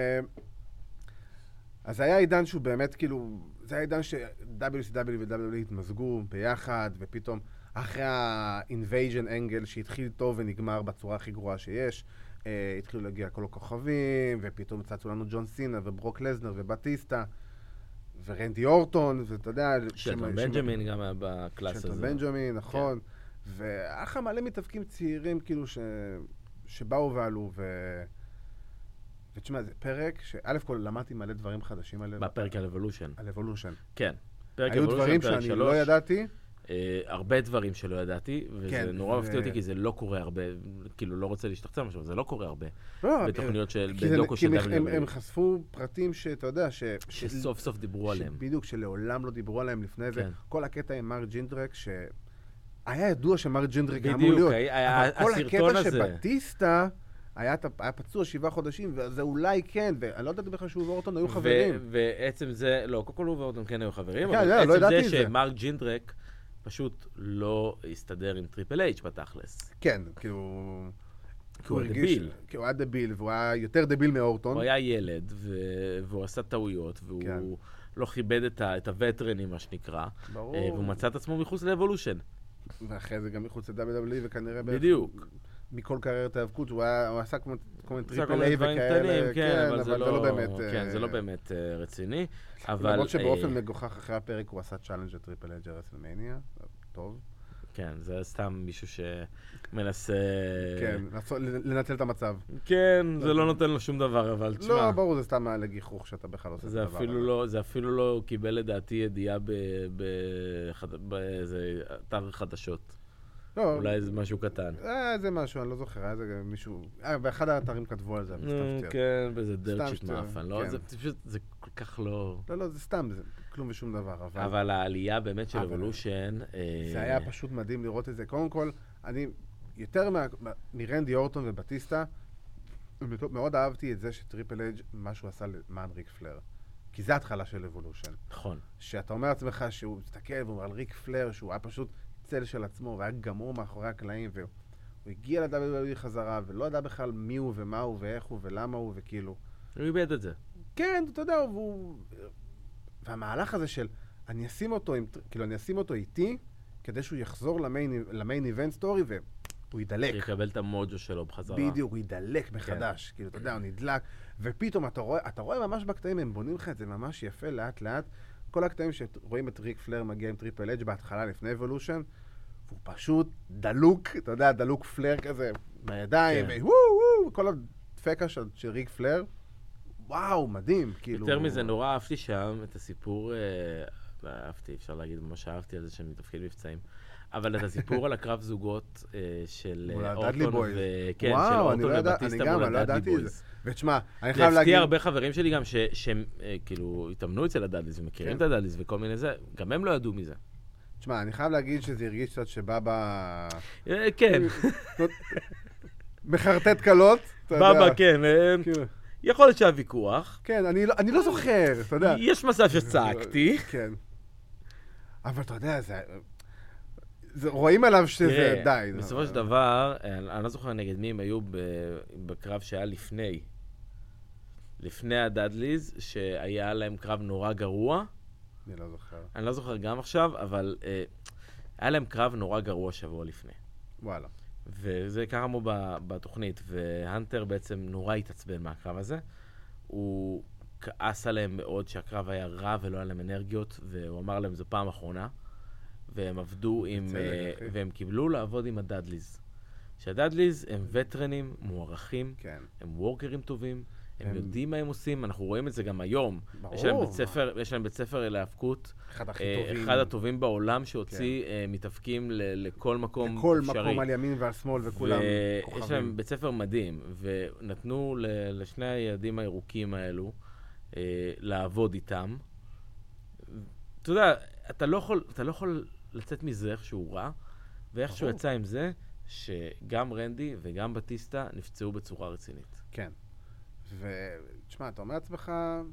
אז היה עידן שהוא באמת כאילו... זה היה עידן ש-דאבליו סי דאבליו ו-דאבליו דאבליו איי התמזגו ביחד, ופתאום אחרי ה-Invasion Angle שהתחיל טוב ונגמר בצורה הכי גרועה שיש, התחילו להגיע כל הכוכבים, ופתאום צצו לנו ג'ון סינה וברוק לזנר ובטיסטה. ורנדי אורטון, ואתה יודע... שלטון בנג'מין גם היה בקלאס הזה. שלטון בנג'מין, נכון. והיה לך מלא מתאבקים צעירים, כאילו, שבאו ועלו, ו... ותשמע, זה פרק שא' כל למדתי מלא דברים חדשים על... בפרק על אבולושן. על אבולושן. כן. היו דברים שאני לא ידעתי. הרבה דברים שלא ידעתי, וזה נורא מפתיע אותי, כי זה לא קורה הרבה, כאילו לא רוצה להשתחצר משהו, זה לא קורה הרבה. בתוכניות של, בדוקו של דאבליו דאבליו אי. הם חשפו פרטים שאתה יודע, ש... שסוף סוף דיברו עליהם. בדיוק, שלעולם לא דיברו עליהם לפני זה. כל הקטע עם מרק ג'ינדרק, שהיה ידוע שמרק ג'ינדרק אמור להיות. בדיוק, אבל כל הקטע שבטיסטה... היה פצוע שבעה חודשים, וזה אולי כן, ואני לא ידעתי בכלל שהוא ואורטון היו חברים. ועצם זה, לא, כל כל הוא ואורטון כן היו חברים, אבל עצם זה שמרק ג'ינדרק פשוט לא הסתדר עם טריפל אייץ' בתכלס. כן, כאילו... כי הוא דביל. כי הוא היה דביל, והוא היה יותר דביל מאורטון. הוא היה ילד, והוא עשה טעויות, והוא לא כיבד את הווטרנים, מה שנקרא. ברור. והוא מצא את עצמו מחוץ לאבולושן. ואחרי זה גם מחוץ ל-דאבליו דאבליו אי, וכנראה... בדיוק. מכל קריירת ההיאבקות, הוא עשה כמו טריפל איי וכאלה, כן, אבל זה לא באמת... כן, זה לא באמת רציני, אבל... למרות שבאופן מגוחך אחרי הפרק הוא עשה צ'אלנג' לטריפל איי ג'רסלמניה, טוב. כן, זה סתם מישהו שמנסה... כן, לנצל את המצב. כן, זה לא נותן לו שום דבר, אבל תשמע... לא, ברור, זה סתם לגיחוך שאתה בכלל עושה את הדבר. זה אפילו לא קיבל לדעתי ידיעה באיזה אתר חדשות. לא, אולי זה משהו קטן. אה, זה משהו, אני לא זוכר, היה זה מישהו... אה, באחד האתרים כתבו על זה, אבל סתם שטויות. כן, וזה דרצ'יט מאפן, לא? זה פשוט, זה כל כך לא... לא, לא, זה סתם, זה כלום ושום דבר, אבל... אבל העלייה באמת של אבולושן... זה היה פשוט מדהים לראות את זה. קודם כל, אני יותר מרנדי אורטון ובטיסטה, מאוד אהבתי את זה שטריפל אייג' משהו עשה למען ריק פלר. כי זה התחלה של אבולושן. נכון. שאתה אומר לעצמך שהוא מסתכל והוא אומר על ריק פלר, שהוא היה פשוט צל של עצמו, והיה גמור מאחורי הקלעים, והוא הגיע ל-דאבליו דאבליו אי חזרה, ולא ידע בכלל מי הוא ומה הוא ואיך הוא ולמה הוא, וכאילו... הוא איבד את זה. כן, אתה יודע, והוא... והמהלך הזה של, אני אשים אותו, כאילו, אני אשים אותו איתי, כדי שהוא יחזור למיין איבנט סטורי, והוא ידלק. יקבל את המוג'ו שלו בחזרה. בדיוק, הוא ידלק מחדש. כאילו, אתה יודע, הוא נדלק, ופתאום אתה רואה, אתה רואה ממש בקטעים, הם בונים לך את זה ממש יפה, לאט לאט. כל הקטעים שרואים את ריק פלר מגיע עם טריפל אייג' בהתחלה לפני אבולושן, והוא פשוט דלוק, אתה יודע, דלוק פלר כזה בידיים, כן. וואו, וואו, כל הדפקה של, של ריק פלר, וואו, מדהים, כאילו... יותר מזה, נורא אהבתי שם את הסיפור, אה, אהבתי, אפשר להגיד, ממש אהבתי על זה שאני מתפקיד מבצעים, אבל את הסיפור על הקרב זוגות אה, של אורטון ו... כן, וואו, של אורטון ובטיסטה מול הדאדלי בויז. ותשמע, אני חייב להגיד... להפתיע הרבה חברים שלי גם שהם כאילו התאמנו אצל הדאדליז ומכירים את הדאדליז וכל מיני זה, גם הם לא ידעו מזה. תשמע, אני חייב להגיד שזה הרגיש קצת שבא ב... כן. מחרטט קלות. בבא, כן. יכול להיות שהיה ויכוח. כן, אני לא זוכר, אתה יודע. יש מצב שצעקתי. כן. אבל אתה יודע, זה... רואים עליו שזה די. בסופו של דבר, אני לא זוכר נגד מי הם היו בקרב שהיה לפני. לפני הדאדליז, שהיה להם קרב נורא גרוע. אני לא זוכר. אני לא זוכר גם עכשיו, אבל אה, היה להם קרב נורא גרוע שבוע לפני. וואלה. וזה קרה מו בתוכנית, והנטר בעצם נורא התעצבן מהקרב הזה. הוא כעס עליהם מאוד שהקרב היה רע ולא היה להם אנרגיות, והוא אמר להם זו פעם אחרונה, והם עבדו עם... אה, והם קיבלו לעבוד עם הדאדליז. שהדאדליז הם וטרנים מוערכים, כן. הם וורקרים טובים, הם, הם יודעים מה הם עושים, אנחנו רואים את זה גם היום. ברור. יש להם בית ספר, יש להם בית ספר להאבקות. אחד הכי אה, טובים. אחד הטובים בעולם שהוציא כן. אה, מתאפקים ל- לכל מקום לכל אפשרי. מקום על ימין ועל שמאל וכולם ו- כוכבים. יש להם בית ספר מדהים, ונתנו ל- לשני הילדים הירוקים האלו אה, לעבוד איתם. אתה יודע, אתה לא יכול, אתה לא יכול לצאת מזה איך שהוא רע, ואיך שהוא יצא עם זה, שגם רנדי וגם בטיסטה נפצעו בצורה רצינית. כן. ותשמע, אתה אומר לעצמך,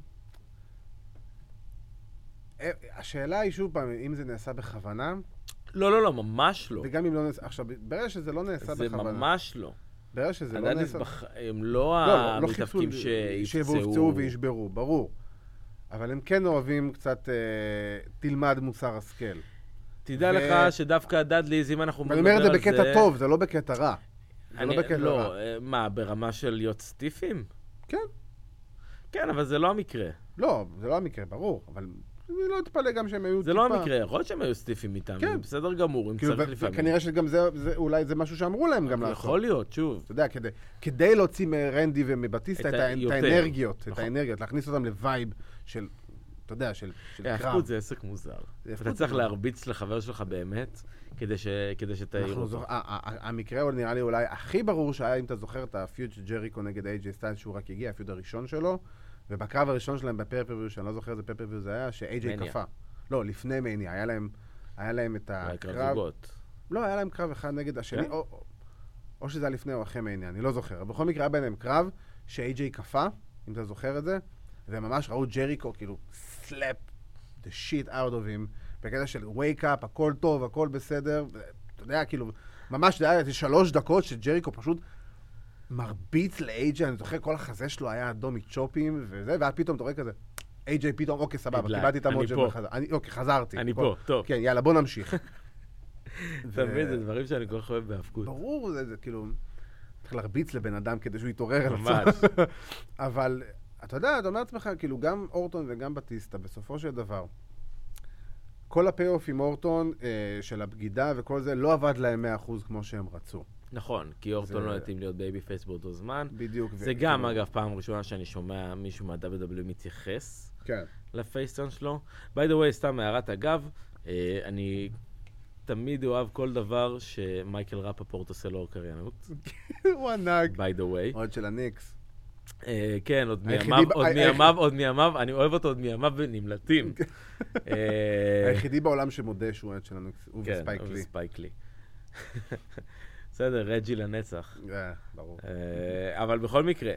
השאלה היא שוב פעם, אם זה נעשה בכוונה? לא, לא, לא, ממש לא. וגם אם לא נעשה, עכשיו, ברגע שזה לא נעשה זה בכוונה. זה ממש לא. ברגע שזה לא נעשה... בח... הם לא המתאפקים שיפצעו. שיפצעו וישברו, ברור. אבל הם כן אוהבים קצת, אה, תלמד מוסר השכל. תדע ו... לך שדווקא הדאדליז, אם אנחנו מדבר על זה... אני אומר את זה בקטע טוב, זה לא בקטע רע. זה אני... לא בקטע לא, רע. מה, ברמה של להיות סטיפים? כן. כן, אבל זה לא המקרה. לא, זה לא המקרה, ברור, אבל אני לא אתפלא גם שהם היו טיפה... זה לא המקרה, יכול להיות שהם היו סטיפים איתם, זה בסדר גמור, אם צריך לפעמים. כנראה שגם זה, אולי זה משהו שאמרו להם גם לעשות. יכול להיות, שוב. אתה יודע, כדי להוציא מרנדי ומבטיסטה את האנרגיות, את האנרגיות, להכניס אותם לווייב של, אתה יודע, של קרב. ההפקות זה עסק מוזר. אתה צריך להרביץ לחבר שלך באמת, כדי שתאיר אותו. המקרה נראה לי אולי הכי ברור שהיה, אם אתה זוכר, את הפיוד של ג'ריקו נגד איי ג'יי סטיילס, שהוא רק הגיע, הפיוד הראשון שלו, ובקרב הראשון שלהם בפרפריוויו, שאני לא זוכר איזה פרפריוויו זה היה, שאיי ג'יי קפה. לא, לפני מניה, היה להם, היה להם את הקרב... קרב זוגות. לא, היה להם קרב אחד נגד השני, או, או שזה היה לפני או אחרי מניה, אני לא זוכר. בכל מקרה היה ביניהם קרב שאיי ג'יי קפה, אם אתה זוכר את זה, וממש ראו ג'ריקו, כאילו, slap the shit out of him, בקטע של wake up, הכל טוב, הכל בסדר, אתה יודע, כאילו, ממש זה היה שלוש דקות שג'ריקו פשוט מרביץ לאיי ג'יי, אני זוכר, כל החזה שלו היה אדום מצ'ופים וזה, ואז פתאום אתה רואה כזה, איי ג'יי פתאום, אוקיי, סבבה, קיבלתי את המוג'ה בחזרה. אוקיי, חזרתי. אני פה, טוב. כן, יאללה, בוא נמשיך. אתה מבין, זה דברים שאני כל כך אוהב בהפקות. ברור, זה כאילו, צריך להרביץ לבן אדם כדי שהוא יתעורר על עצמו. ממש. אבל, אתה יודע, אתה אומר לעצמך, כאילו, גם אורטון וגם בטיסטה, בסופו של דבר, כל הפי-אוף עם אורטון של הבגידה וכל זה, לא עבד להם מאה אחוז כמו שהם רצו. נכון, כי אורטון לא התאים להיות בייבי פייס באותו זמן. בדיוק. זה גם, אגב, פעם ראשונה שאני שומע מישהו מה-דאבליו דאבליו מתייחס לפייסטון שלו. by the way, סתם הערת אגב, אני תמיד אוהב כל דבר שמייקל רפפורט עושה לו קריינות. הוא ענק. by the way. עוד של הניקס. כן, עוד מימיו, עוד מימיו, עוד מימיו, אני אוהב אותו עוד מימיו ונמלטים. היחידי בעולם שמודה שהוא עד של הניקס, הוא וספייק לי. כן, הוא וספייק לי. בסדר, רג'י לנצח. ברור. אבל בכל מקרה,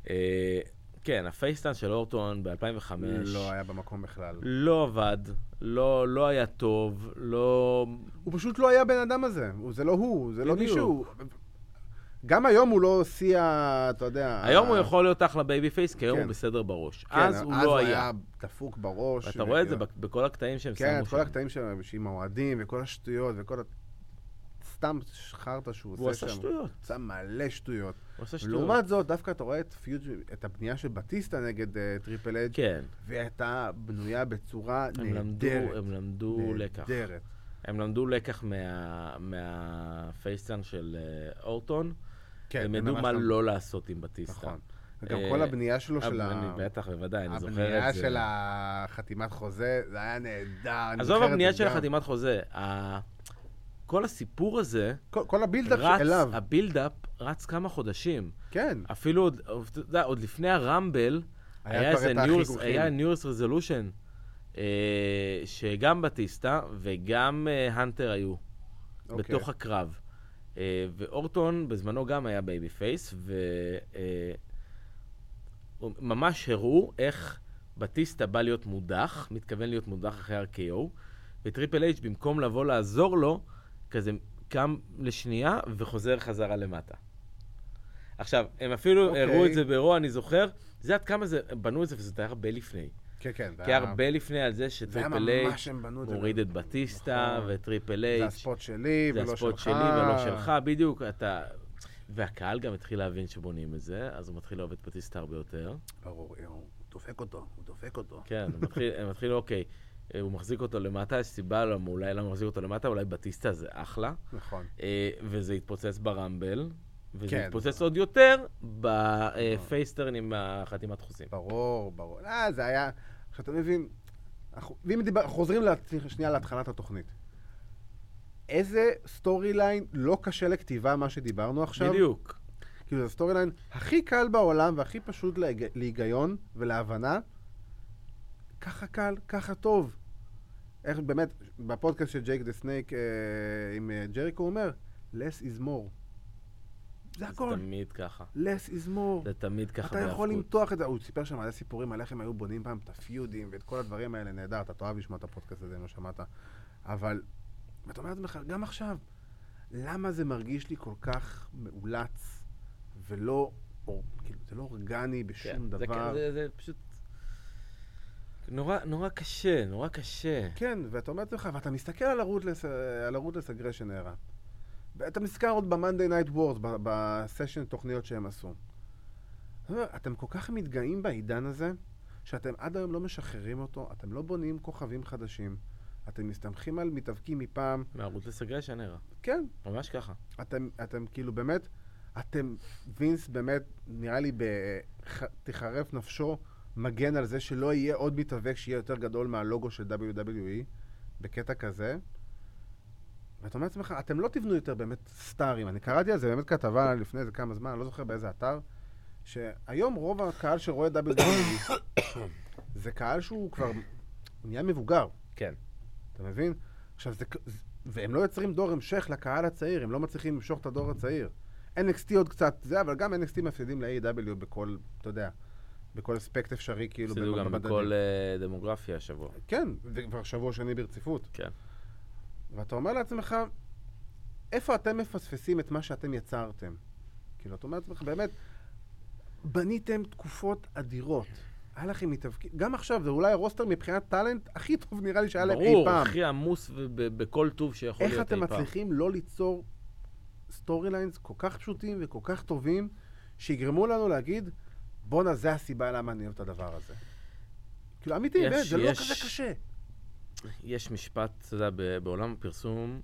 כן, הפייסטאנס של אורטון ב-אלפיים וחמש... לא היה במקום בכלל. לא עבד, לא היה טוב, לא... הוא פשוט לא היה בן אדם הזה. זה לא הוא, זה לא מישהו. גם היום הוא לא עושה, אתה יודע... היום הוא יכול להיות אחלה בייבי פייס, כי היום הוא בסדר בראש. אז הוא לא היה. אז הוא היה דפוק בראש. אתה רואה את זה בכל הקטעים שהם שמו שם. כן, כל הקטעים עם האוהדים וכל השטויות וכל ה... סתם שחרת שהוא עושה שם. הוא עשה שטויות. הוא עשה מלא שטויות. הוא עשה שטויות. ולעומת זאת, דווקא אתה רואה את פיוג, את הבנייה של בטיסטה נגד uh, טריפל אג' כן. והייתה בנויה בצורה הם נהדרת. למדו, הם למדו לקח. נהדרת. הם למדו לקח מה, מהפייסטן של uh, אורטון. כן. הם ידעו מה לא לעשות עם בטיסטה. נכון. וגם כל הבנייה שלו של ה... בטח, בוודאי, אני זוכר את זה. הבנייה של החתימת חוזה, זה היה נהדר. עזוב הבנייה של החתימת חוזה. כל הסיפור הזה, כל, כל הבילדאפ אליו. הבילדאפ רץ כמה חודשים. כן. אפילו עוד, עוד, עוד לפני הרמבל, היה איזה ניורס, היה ניורס רזולושן, אה, שגם בטיסטה וגם אה, הנטר היו okay. בתוך הקרב. אה, ואורטון בזמנו גם היה בייבי פייס, וממש הראו איך בטיסטה בא להיות מודח, מתכוון להיות מודח אחרי אר קיי או, וטריפל אייץ' במקום לבוא לעזור לו, כזה קם לשנייה וחוזר חזרה למטה. עכשיו, הם אפילו okay. הראו את זה ברוע, אני זוכר, זה עד כמה זה, בנו את זה, וזה היה הרבה לפני. כן, כן. כי הרבה לפני על זה שטריפל אייץ' מוריד את בטיסטה, וטריפל אייץ'. זה הספוט שלי ולא שלך. זה הספוט שלי ולא שלך, בדיוק. אתה... והקהל גם התחיל להבין שבונים את זה, אז הוא מתחיל לאהוב את בטיסטה הרבה יותר. ברור, הוא דופק אותו, הוא דופק אותו. כן, הם מתחיל, אוקיי. הוא מחזיק אותו למטה, יש סיבה לו, אולי לא מחזיק אותו למטה, אולי בטיסטה זה אחלה. נכון. וזה התפוצץ ברמבל, וזה התפוצץ עוד יותר בפייסטרן עם החתימת חוזים. ברור, ברור. אה, זה היה... עכשיו, אתה מבין, ואם חוזרים שנייה להתחלת התוכנית, איזה סטורי ליין לא קשה לכתיבה מה שדיברנו עכשיו? בדיוק. כאילו, זה סטורי ליין הכי קל בעולם והכי פשוט להיגיון ולהבנה, ככה קל, ככה טוב. איך באמת, בפודקאסט של ג'ייק דה סנייק אה, עם אה, ג'ריקו הוא אומר, less is more. זה הכל. זה תמיד ככה. less is more. זה תמיד ככה. אתה יכול למתוח את זה. הוא סיפר שם על סיפורים על איך הם היו בונים פעם את הפיודים ואת כל הדברים האלה. נהדר, אתה תאהב לשמוע את הפודקאסט הזה, אם לא שמעת. אבל, ואתה אומר את זה גם עכשיו, למה זה מרגיש לי כל כך מאולץ ולא, או, כאילו, זה לא אורגני בשום כן, דבר. זה, זה, זה פשוט... נורא, נורא קשה, נורא קשה. כן, ואתה אומר את זה לך, ואתה מסתכל על הרוטלס, על הרוטלס אגרשן era. ואתה מסתכל עוד ב-Monday Night Wars, בסשן תוכניות שהם עשו. אתם כל כך מתגאים בעידן הזה, שאתם עד היום לא משחררים אותו, אתם לא בונים כוכבים חדשים, אתם מסתמכים על מתאבקים מפעם. מהרוטלס אגרשן era. כן. ממש ככה. אתם, אתם כאילו באמת, אתם, וינס באמת, נראה לי, תחרף נפשו, מגן על זה שלא יהיה עוד מתאבק שיהיה יותר גדול מהלוגו של דאבליו דאבליו אי, בקטע כזה. ואתה אומר לעצמך, אתם לא תבנו יותר באמת סטארים. אני קראתי על זה באמת כתבה לפני איזה כמה זמן, אני לא זוכר באיזה אתר, שהיום רוב הקהל שרואה דאבליו דאבליו אי זה קהל שהוא כבר נהיה מבוגר. כן. אתה מבין? עכשיו, זה, והם לא יוצרים דור המשך לקהל הצעיר, הם לא מצליחים למשוך את הדור הצעיר. אן אקס טי עוד קצת זה, אבל גם אן אקס טי מפסידים ל-איי דאבליו בכל, אתה יודע, בכל אספקט אפשרי, כאילו, מפסידו גם בכל uh, דמוגרפיה השבוע. כן, זה כבר שבוע שני ברציפות. כן. ואתה אומר לעצמך, איפה אתם מפספסים את מה שאתם יצרתם? כאילו, אתה אומר לעצמך, באמת, בניתם תקופות אדירות. היה לכם מתאבקים, גם עכשיו, זה אולי הרוסטר מבחינת טלנט הכי טוב נראה לי שהיה להם אי פעם. ברור, הכי עמוס ובכל טוב שיכול להיות אי פעם. איך אתם מצליחים לא ליצור סטורי ליינס כל כך פשוטים וכל כך טובים, שיגרמו לנו להגיד, בונה, זה הסיבה למה אני אוהב את הדבר הזה. כאילו, אמיתי, באמת, זה לא כזה קשה. יש משפט, אתה יודע, בעולם הפרסום,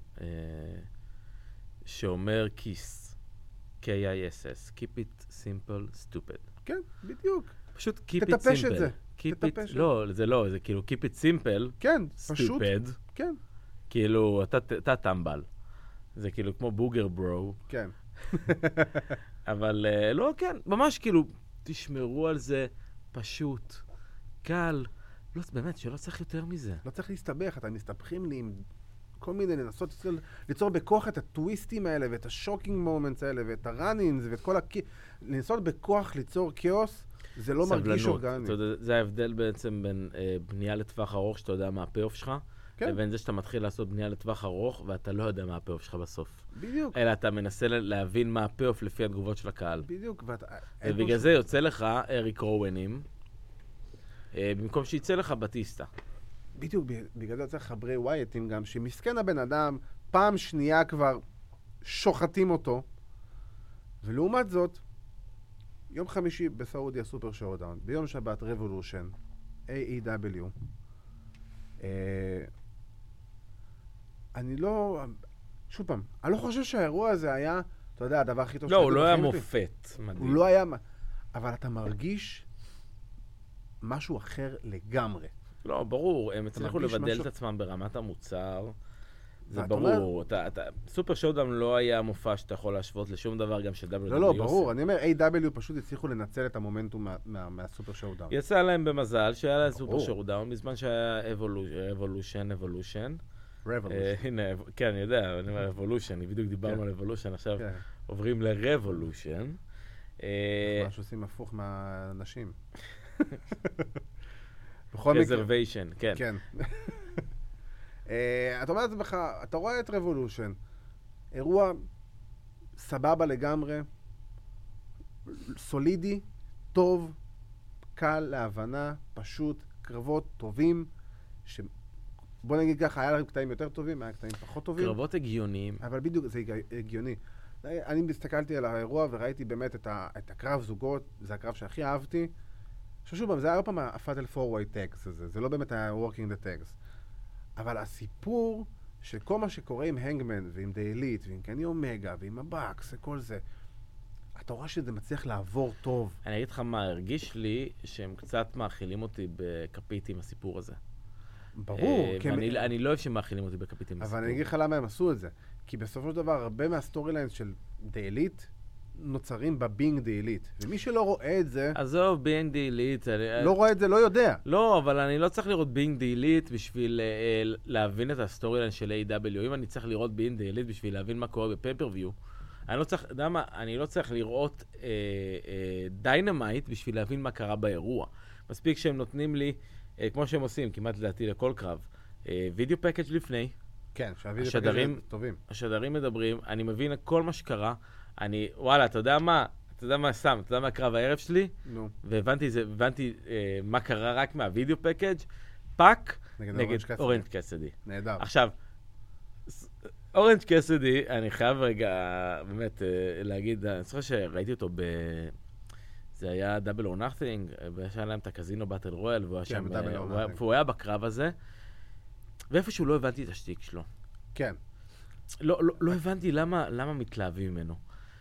שאומר כיס, K I S S, Keep it simple, stupid. כן, בדיוק. פשוט keep it simple. תטפש את זה. תטפש. לא, זה לא, זה כאילו keep it simple, כן, פשוט. stupid. כן. כאילו, אתה טמבל. זה כאילו כמו בוגר ברו. כן. אבל לא, כן, ממש כאילו, תשמרו על זה פשוט, קל. לא, באמת, שלא צריך יותר מזה. לא צריך להסתבך, אתם מסתבכים לי עם כל מיני לנסות ליצור בכוח את הטוויסטים האלה, ואת השוקינג מומנטס האלה, ואת הראנינס, ואת כל הכי... לנסות בכוח ליצור כאוס, זה לא מרגיש אורגני. סבלנות. זה ההבדל בעצם בין אה, בנייה לטווח ארוך, שאתה יודע מה הפי-אוף שלך, כן. לבין זה שאתה מתחיל לעשות בנייה לטווח ארוך, ואתה לא יודע מה הפי-אוף שלך בסוף. בדיוק. אלא אתה מנסה להבין מה הפי-אוף לפי התגובות של הקהל. בדיוק. ואת... ובגלל זה יוצא לך אריק רואנים, במקום שיצא לך בטיסטה. בדיוק, בגלל זה יוצא לך ברי ווייטים גם, שמסכן הבן אדם, פעם שנייה כבר שוחטים אותו, ולעומת זאת, יום חמישי בסעודיה סופר שואודאון, ביום שבת רבולושן, איי אי דאבליו, אה, אני לא, שוב פעם, אני לא חושב שהאירוע הזה היה, אתה יודע, הדבר הכי טוב לא, הוא לא היה מופת, מדהים. הוא לא היה, אבל אתה מרגיש משהו אחר לגמרי. לא, ברור, הם הצליחו לבדל משהו... את עצמם ברמת המוצר, זה ברור. אומר... אתה, אתה, סופר שואודאון לא היה מופע שאתה יכול להשוות לשום דבר גם ש-דאבליו דאבליו לא, עושה. לא, ברור, אני אומר, איי דאבליו פשוט הצליחו לנצל את המומנטום מה, מה, מהסופר שואודאון. יצא להם במזל שהיה להם סופר שואודאון, בזמן שהיה אבולושן, אבולושן. רבולושן. הנה, כן, אני יודע, אני אומר אבולושן, בדיוק דיברנו על אבולושן, עכשיו עוברים לרבולושן. משהו עושים הפוך מהאנשים. רזרוויישן, כן. כן. אתה אומר לעצמך, אתה רואה את רבולושן, אירוע סבבה לגמרי, סולידי, טוב, קל להבנה, פשוט, קרבות טובים, ש... בוא נגיד ככה, היה להם קטעים יותר טובים, היה קטעים פחות טובים. קרבות הגיוניים. אבל בדיוק, זה הגיוני. אני מסתכלתי על האירוע וראיתי באמת את, ה... את הקרב זוגות, זה הקרב שהכי אהבתי. ששוב, זה היה פעם ה-Fatal four-way tags הזה, זה לא באמת ה-Working the tags. אבל הסיפור של כל מה שקורה עם הנגמן ועם The Elite ועם קני אומגה ועם הבאקס וכל זה, אתה רואה שזה מצליח לעבור טוב. אני אגיד לך מה, הרגיש לי שהם קצת מאכילים אותי בכפית עם הסיפור הזה. ברור. ואני לא אוהב שהם מאכילים אותי בכפית עם הסיפור. אבל אני אגיד לך למה הם עשו את זה. כי בסופו של דבר, הרבה מהסטורי ליינס של The Elite נוצרים בבינג די אליט. ומי שלא רואה את זה... עזוב, בינג די אליט. לא רואה את זה, לא יודע. לא, אבל אני לא צריך לראות בינג די אליט בשביל להבין את הסטורי ליין של איי דאבליו. אם אני צריך לראות בינג די אליט בשביל להבין מה קורה בפייפריוויו, אני לא צריך, יודע מה, אני לא צריך לראות דיינמייט בשביל להבין מה קרה באירוע. מספיק שהם נותנים לי, כמו שהם עושים, כמעט לדעתי לכל קרב, וידאו פקאג' לפני. כן, שהווידאו פקאג' טובים. השדרים מדברים, אני מבין כל מה שקרה. אני, וואלה, אתה יודע מה? אתה יודע מה שם? אתה יודע מה קרב הערב שלי? נו. והבנתי זה, הבנתי אה, מה קרה רק מהווידאו פקאג' פאק נגד אורנג' קסדי. נהדר. עכשיו, אורנג' קסדי, אני חייב רגע באמת אה, להגיד, אני זוכר שראיתי אותו ב... זה זה היה דאבל או נאטינג, והיה להם את הקזינו באטל רויאל, והוא היה בקרב הזה, ואיפשהו לא הבנתי את השטיק שלו. כן. לא, לא, לא הבנתי למה, למה מתלהבים ממנו.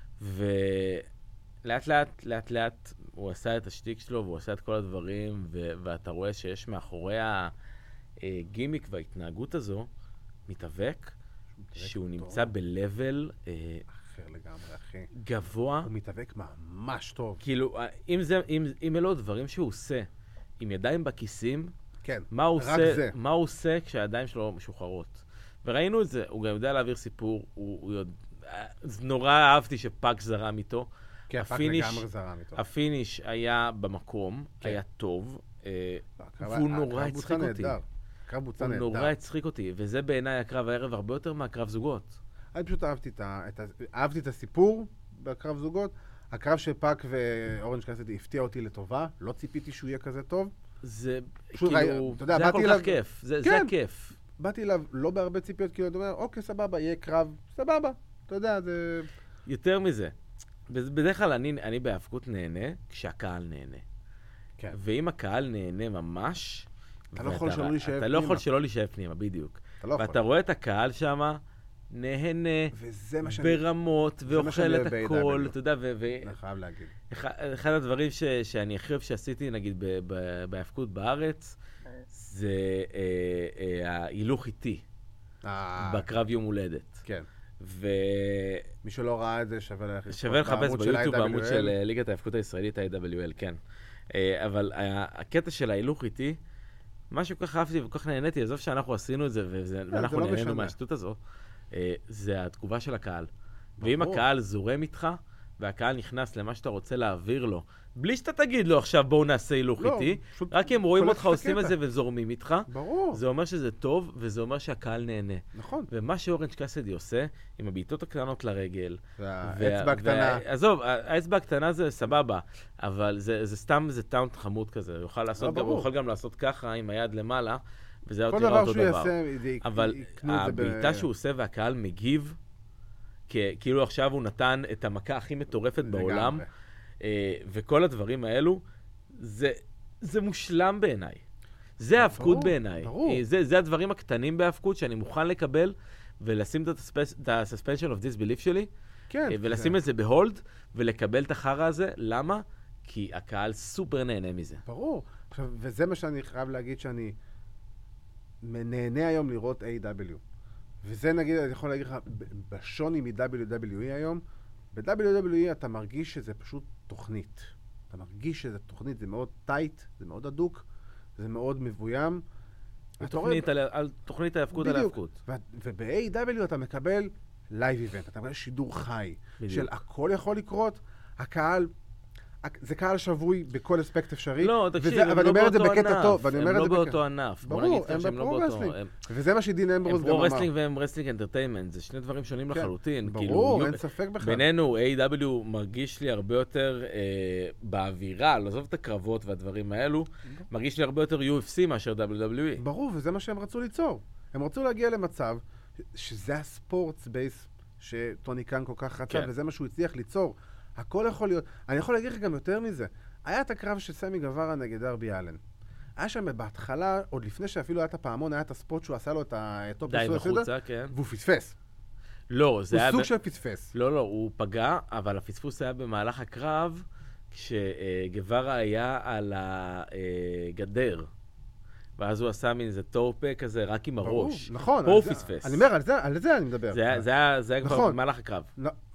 ולאט לאט, לאט לאט, הוא עשה את השטיק שלו, והוא עשה את כל הדברים, ו- ואתה רואה שיש מאחורי הגימיק וההתנהגות הזו, מתאבק, שהוא טוב. נמצא ב-level אחר לגמרי, אחי. גבוה. הוא מתאבק ממש טוב. כאילו, אם זה, אם, אם אלו דברים שהוא עושה, עם ידיים בכיסים, כן, מה הוא רק עושה, זה. מה הוא עושה כשהידיים שלו משוחררות. וראינו את זה, הוא גם יודע להעביר סיפור, הוא, הוא יודע, נורא אהבתי שפאק זרם איתו. כן, הפיניש, פאק לגמרי זרם איתו. הפיניש היה במקום, כן. היה טוב, אה, והוא נורא הצחיק אותי. הקרב בוצע הוא נהדר. נורא הצחיק אותי, וזה בעיניי הקרב הערב הרבה יותר מהקרב זוגות. אני פשוט אהבתי את, ה, את, ה, אהבתי את הסיפור בקרב זוגות. הקרב של פאק ואורנג' קאסידי הפתיע אותי לטובה, לא ציפיתי שהוא יהיה כזה טוב. זה כאילו, ראי, יודע, זה היה כל אליו, כך כיף, זה, כן, זה הכיף. באתי אליו לא בהרבה ציפיות, כאילו אני אומר, אוקיי, סבבה, יהיה קרב, סבבה, אתה יודע, זה... יותר מזה, בדרך כלל אני, אני בהאבקות נהנה כשהקהל נהנה. כן. ואם הקהל נהנה ממש, אתה לא יכול שלא להישאב פנימה. אתה לא יכול שלא להישאב פנימה, בדיוק. ואתה רואה את הקהל שם, נהנה ברמות, ואוכל את הכל, אתה יודע, ו... אני חייב להגיד. אחד הדברים שאני הכי אוהב שעשיתי, נגיד, בהאבקות בארץ, זה ההילוך איתי, בקרב יום הולדת. כן. ו... מי שלא ראה את זה שווה לחפש. שווה לחפש ביוטיוב בעמוד של ליגת ההאבקות הישראלית, ה-איי דאבליו אל, כן. אבל הקטע של ההילוך איתי, משהו כל כך אהבתי וכל כך נהניתי, עזוב שאנחנו עשינו את זה, ואנחנו נהנינו מהשטות הזו, זה התגובה של הקהל. ואם הקהל זורם איתך, והקהל נכנס למה שאתה רוצה להעביר לו, בלי שאתה תגיד לו עכשיו בואו נעשה הילוך איתי, רק אם רואים אותך עושים את זה וזורמים איתך, זה אומר שזה טוב, וזה אומר שהקהל נהנה. נכון. ומה שאורנג' קאסידי עושה, עם הבעיטות הקטנות לרגל, והאצבע הקטנה. עזוב, האצבע הקטנה זה סבבה, אבל זה סתם, זה טאונט חמוד כזה, הוא יכול גם לעשות ככה עם היד למעלה, וזה עוד תראה אותו דבר. אבל הבעיטה שהוא עושה והקהל מגיב, כאילו עכשיו הוא נתן את המכה הכי מטורפת בעולם, וכל הדברים האלו, זה מושלם בעיניי. זה ההאבקות בעיניי. זה הדברים הקטנים בהאבקות שאני מוכן לקבל, ולשים את ה-suspension of disbelief שלי, ולשים את זה בהולד, ולקבל את החרא הזה. למה? כי הקהל סופר נהנה מזה. ברור. וזה מה שאני חייב להגיד שאני נהנה היום לראות איי דאבליו. וזה נגיד, אני יכול להגיד לך, בשוני מ-דאבליו דאבליו אי היום, ב-דאבליו דאבליו אי אתה מרגיש שזה פשוט תוכנית. אתה מרגיש שזה תוכנית, זה מאוד טייט, זה מאוד אדוק, זה מאוד מבוים. תוכנית על, על, תוכנית ההאבקות על ההאבקות. וב-איי דאבליו אתה מקבל לייב איבנט, אתה מקבל שידור חי, בדיוק. של הכל יכול לקרות, הקהל... זה קהל שבוי בכל אספקט אפשרי. לא, תקשיב, הם לא באותו ענף. הם לא באותו ענף. ברור, הם בפרו-רסלינג. וזה מה שדין אמברוז גם אמר. הם פרו-רסלינג והם רסלינג אנטרטיימנט. זה שני דברים שונים לחלוטין. ברור, אין ספק בכלל. בינינו, איי דאבליו מרגיש לי הרבה יותר באווירה, לעזוב את הקרבות והדברים האלו, מרגיש לי הרבה יותר יו אף סי מאשר דאבליו דאבליו אי. ברור, וזה מה שהם רצו ליצור. הם רצו להגיע למצב שזה הספורט בייס שטוני קאן כל כך רצה, וזה מה שהוא הצליח ליצור. הכל יכול להיות. אני יכול להגיד לך גם יותר מזה. היה את הקרב של סמי גווארה נגד דרבי אלן. היה שם בהתחלה, עוד לפני שאפילו היה את הפעמון, היה את הספוט שהוא עשה לו את הטופ די בחוצה, כן. והוא פספס. לא, זה היה... הוא סוג של פספס. לא, לא, הוא פגע, אבל הפספוס היה במהלך הקרב, כשגווארה היה על הגדר. ואז הוא עשה מין איזה טורפה כזה, רק עם הראש. נכון. פה הוא פספס. אני אומר, על זה אני מדבר. זה היה כבר במהלך הקרב.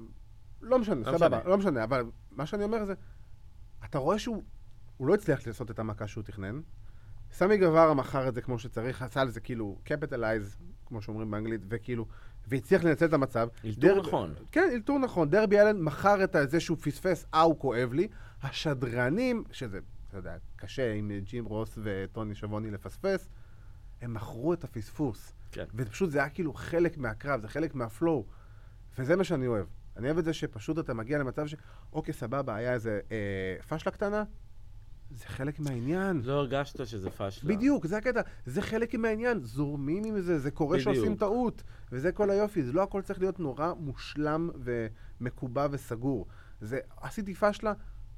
לא משנה, סבבה, לא משנה, אבל מה שאני אומר זה, אתה רואה שהוא לא הצליח לעשות את המכה שהוא תכנן, סמי גווארה מכר את זה כמו שצריך, עשה על זה כאילו קפיטלייז, כמו שאומרים באנגלית, וכאילו, והצליח לנצל את המצב. אילתור נכון. כן, אילתור נכון. דרבי אלן מכר את זה שהוא פספס, אה, הוא כואב לי. השדרנים, שזה, אתה יודע, קשה עם ג'ים רוס וטוני שבוני לפספס, הם מכרו את הפספוס. כן. ופשוט זה היה כאילו חלק מהקרב, זה חלק מהפלואו, וזה מה שאני אוהב. אני אוהב את זה שפשוט אתה מגיע למצב ש... אוקיי, סבבה, היה איזה אה, פשלה קטנה, זה חלק מהעניין. לא הרגשת שזה פשלה. בדיוק, זה הקטע. זה חלק מהעניין. זורמים עם זה, זה קורה בדיוק. שעושים טעות. וזה כל היופי. זה לא הכל צריך להיות נורא מושלם ומקובע וסגור. זה, עשיתי פשלה,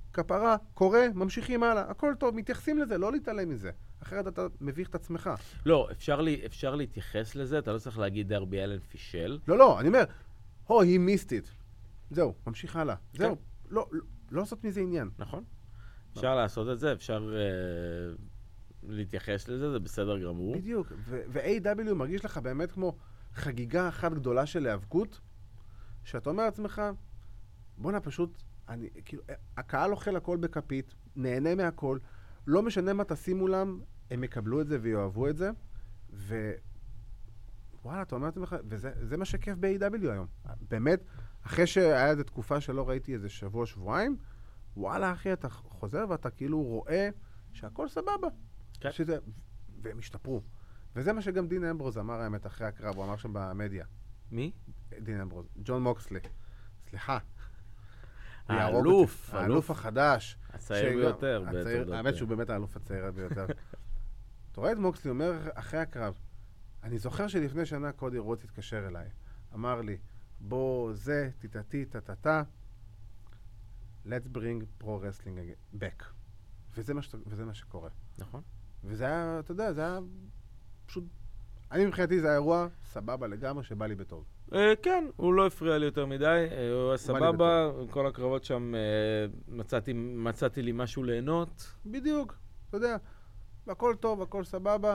כפרה, קורה, ממשיכים הלאה, הכל טוב, מתייחסים לזה, לא להתעלם מזה. אחרת אתה מביך את עצמך. לא, אפשר, לי, אפשר להתייחס לזה, אתה לא צריך להגיד דרבי אלן פישל. לא, לא, אני אומר, הו, היא מיסטית. זהו, ממשיך הלאה. זהו, לא, לא, לא לעשות מזה עניין. נכון. אפשר לעשות את זה, אפשר uh, להתייחס לזה, זה בסדר גמור. בדיוק, ו-איי דאבליו מרגיש לך באמת כמו חגיגה אחת גדולה של היאבקות, שאתה אומר לעצמך, בוא'נה פשוט, אני, כאילו, הקהל אוכל הכל בכפית, נהנה מהכל, לא משנה מה תשימו להם, הם יקבלו את זה ויאהבו את זה, ו... וואלה, אתה אומר לעצמך, וזה מה שכיף ב-איי דאבליו היום. באמת, אחרי שהיה איזו תקופה שלא ראיתי איזה שבוע, שבועיים, וואלה, אחי, אתה חוזר ואתה כאילו רואה שהכל סבבה. כן. שזה... והם השתפרו. וזה מה שגם דין אמברוז אמר האמת אחרי הקרב, הוא אמר שם במדיה. מי? דין אמברוז. ג'ון מוקסלי. סליחה. האלוף. האלוף החדש. הצעיר ביותר. האמת שהוא באמת האלוף הצעיר ביותר. אתה רואה את מוקסלי אומר אחרי הקרב, אני זוכר שלפני שנה קודי רוץ התקשר אליי. אמר לי, בוא זה, תתתי, תתתה. Let's bring pro wrestling back. וזה מה, ש... וזה מה שקורה. נכון. וזה היה, אתה יודע, זה היה פשוט... אני מבחינתי זה היה אירוע סבבה לגמרי שבא לי בטוב. אה, כן, הוא לא הפריע לי יותר מדי, הוא היה סבבה, כל הקרבות שם אה, מצאתי, מצאתי לי משהו ליהנות. בדיוק, אתה יודע, הכל טוב, הכל סבבה,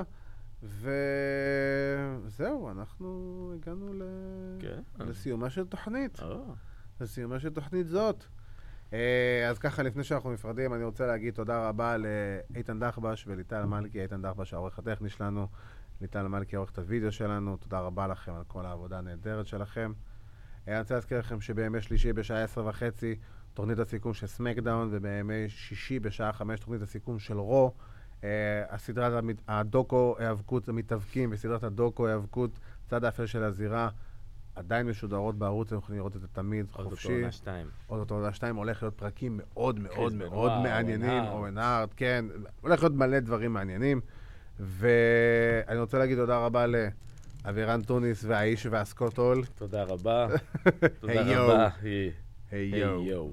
וזהו, אנחנו הגענו ל... כן. לסיומה של תוכנית. אה. לסיומה של תוכנית זאת. אז ככה, לפני שאנחנו נפרדים, אני רוצה להגיד תודה רבה לאיתן דחבש וליטל מלכי, איתן דחבש, העורך הטכני שלנו, ליטל מלכי, עורכת הוידאו שלנו, תודה רבה לכם על כל העבודה הנהדרת שלכם. אני רוצה להזכיר לכם שבימי שלישי בשעה עשר וחצי, תוכנית הסיכום של סמקדאון, ובימי שישי בשעה חמש, תוכנית הסיכום של רו, הסדרת הדוקו היאבקות המתאבקים, וסדרת הדוקו היאבקות צד האפל של הזירה, עדיין משודרות בערוץ, הם יכולים לראות את זה תמיד חופשי. עוד אותו עונה שתיים. עוד אותו עונה שתיים, הולך להיות פרקים מאוד מאוד מאוד מעניינים. אורן הארד, כן. הולך להיות מלא דברים מעניינים. ואני רוצה להגיד תודה רבה לאבירן טוניס והאיש והסקוט הול. תודה רבה. תודה רבה. היי יו.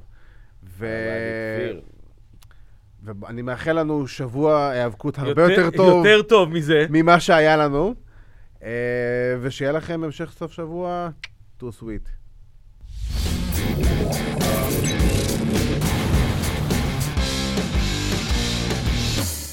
ואני מאחל לנו שבוע היאבקות הרבה יותר טוב. יותר טוב מזה. ממה שהיה לנו. ושיהיה לכם המשך סוף שבוע, too sweet.